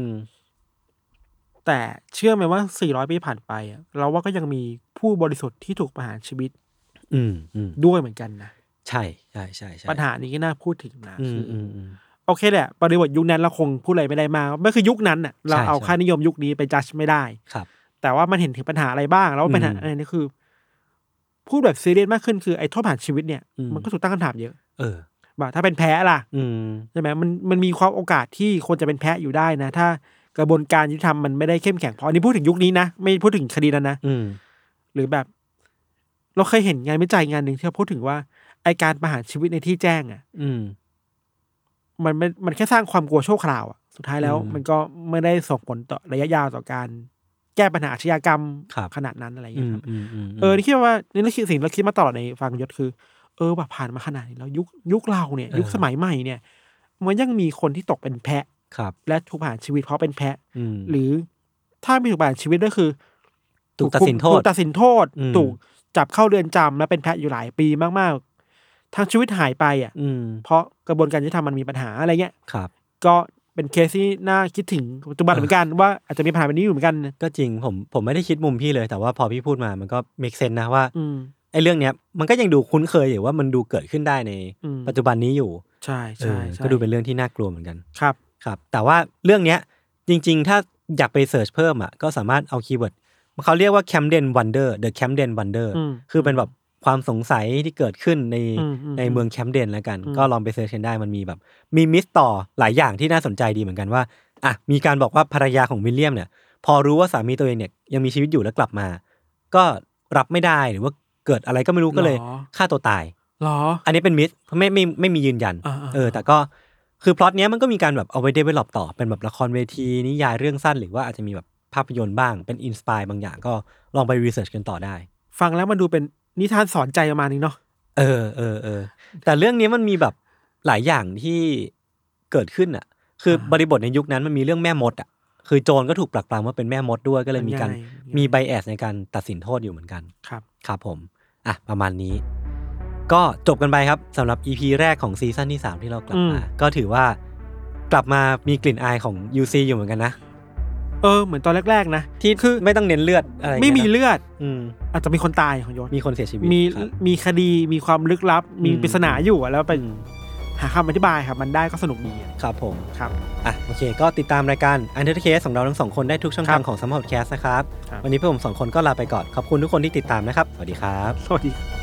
E: แต่เชื่อไหมว่า400 ปีผ่านไปเราว่าก็ยังมีผู้บริสุทธิ์ที่ถูกประหารชีวิตด้วยเหมือนกันนะ
D: ใช่
E: ปัญหานี้ก็น่าพูดถึงนะโอเคแหละบริบทยุคนั้นเราคงพูดอะไรไม่ได้มากไม่คือยุคนั้นน่ะเราเอาค่านิยมยุคนี้ไปจัดไม่ได้แต่ว่ามันเห็นถึงปัญหาอะไรบ้างแล้วปัญหาอะไรนี่คือพูดแบบซีเรียสมากขึ้นคือไอ้โทษประหารชีวิตเนี่ยมันก็ถูกตั้งคำถามเยอะว่าถ้าเป็นแพ้ล่ะใช่ไหมมันมีความโอกาสที่คนจะเป็นแพ้อยู่ได้นะถ้ากระบวนการยุติธรรมมันไม่ได้เข้มแข็งพออันนี้พูดถึงยุคนี้นะไม่พูดถึงคดีนั้นนะหรือแบบเราเคยเห็นงานวิจัยงานหนึ่งที่เขาพูดถึงว่าไอการประหารชีวิตในที่แจ้งมันแค่สร้างความกลัวชั่วคราวสุดท้ายแล้วมันก็ไม่ได้ส่งผลต่อระยะยาวต่อการแก้ปัญหาอาชญากรรมขนาดนั้นอะไรอย่างเงี้ยครับนี่คิดว่านี่เราคิดสิ่งเราคิดมาตลอดในฟังยศคือแบบผ่านมาขนาดนี้แล้วยุคเราเนี่ยยุคสมัยใหม่เนี่ยมันยังมีคนที่ตกเป็นแพะและถูกประหารชีวิตเพราะเป็นแพะหรือถ้าไม่ถูกประหารชีวิตก็คือ
D: ถูกตัดสินโทษ
E: ถูกจับเข้าเรือนจำแล้วเป็นแพะอยู่หลายปีมากๆทั้งชีวิตหายไปเพราะกระบวนการยุติธรรมมันมีปัญหาอะไรเงี้ยก็เป็นเคสที่น่าคิดถึงปัจจุบันเหมือนกันว่าอาจจะมีปัญหาแบบนี้อยู่เหมือนกัน
D: ก็จริงผมไม่ได้คิดมุมพี่เลยแต่ว่าพอพี่พูดมามันก็เมคเซนส์นะว่าไอ้เรื่องเนี้ยมันก็ยังดูคุ้นเคยอยู่ว่ามันดูเกิดขึ้นได้ในปัจจุบันนี้อยู่
E: ใช่
D: ก็ดูเป็นเรื่องที่น่ากลัวเหมือนกัน
E: ครับ
D: แต่ว่าเรื่องเนี้ยจริงๆถ้าอยากไปเสิร์ชเพิ่มก็สามารถเอาคีย์เวิร์ดเขาเรียกว่า Camden Wonder The Camden Wonder คือเป็นแบบความสงสัยที่เกิดขึ้นในเมืองแคมเดนแล้วกันก็ลองไปเสิร์ชกันได้มันมีแบบมีมิสต่อหลายอย่างที่น่าสนใจดีเหมือนกันว่ามีการบอกว่าภรรยาของวิลเลียมเนี่ยพอรู้ว่าสามีตัวเองเนี่ยยังมีชีวิตอยู่แล้วกลับมาก็รับไม่ได้หรือว่าเกิดอะไรก็ไม่รู้ก็เลยฆ่าตัวตายอันนี้เป็นมิสไม่มียืนยันแต่ก็คือพล็อตเนี้ยมันก็มีการแบบเอาไว้เดเวลลอปต่อเป็นแบบละครเวทีนิยายเรื่องสั้นหรือว่าอาจจะมีแบบภาพยนตร์บ้างเป็นอินสไปร์บางอย่างก็ลองไปรีเสิร์ชกันต่อได้
E: ฟังแล้วมันดูเป็นนิทานสอนใจประมาณนึงเนาะ
D: แต่เรื่องนี้มันมีแบบหลายอย่างที่เกิดขึ้นคือบริบทในยุคนั้นมันมีเรื่องแม่มดคือโจรก็ถูกปรักปรำว่าเป็นแม่มดด้วยก็เลยมีไบแอสในการตัดสินโทษอยู่เหมือนกันครับผมประมาณนี้ก็จบกันไปครับสำหรับ EP แรกของซีซั่นที่3ที่เรากลับมาก็ถือว่ากลับมามีกลิ่นอายของ UC อยู่เหมือนกันนะ
E: เหมือนตอนแรกๆนะ
D: ที่คือไม่ต้องเน้นเลือดอะไร
E: ไม่มีเลือดอาจจะมีคนตายของยศ
D: มีคนเสียชีวิต
E: มีคดีมีความลึกลับมีปริศนาอยู่แล้วเป็นหาคำอธิบายครับมันได้ก็สนุกดี
D: ครับผม
E: ครับ
D: โอเคก็ติดตามรายการ Untitled Case ของเราทั้ง2คนได้ทุกช่องทางของ Summer Podcast นะครับวันนี้พวกผม2คนก็ลาไปก่อนขอบคุณทุกคนที่ติดตามนะครับสวัสดีครับ
E: สวัสดี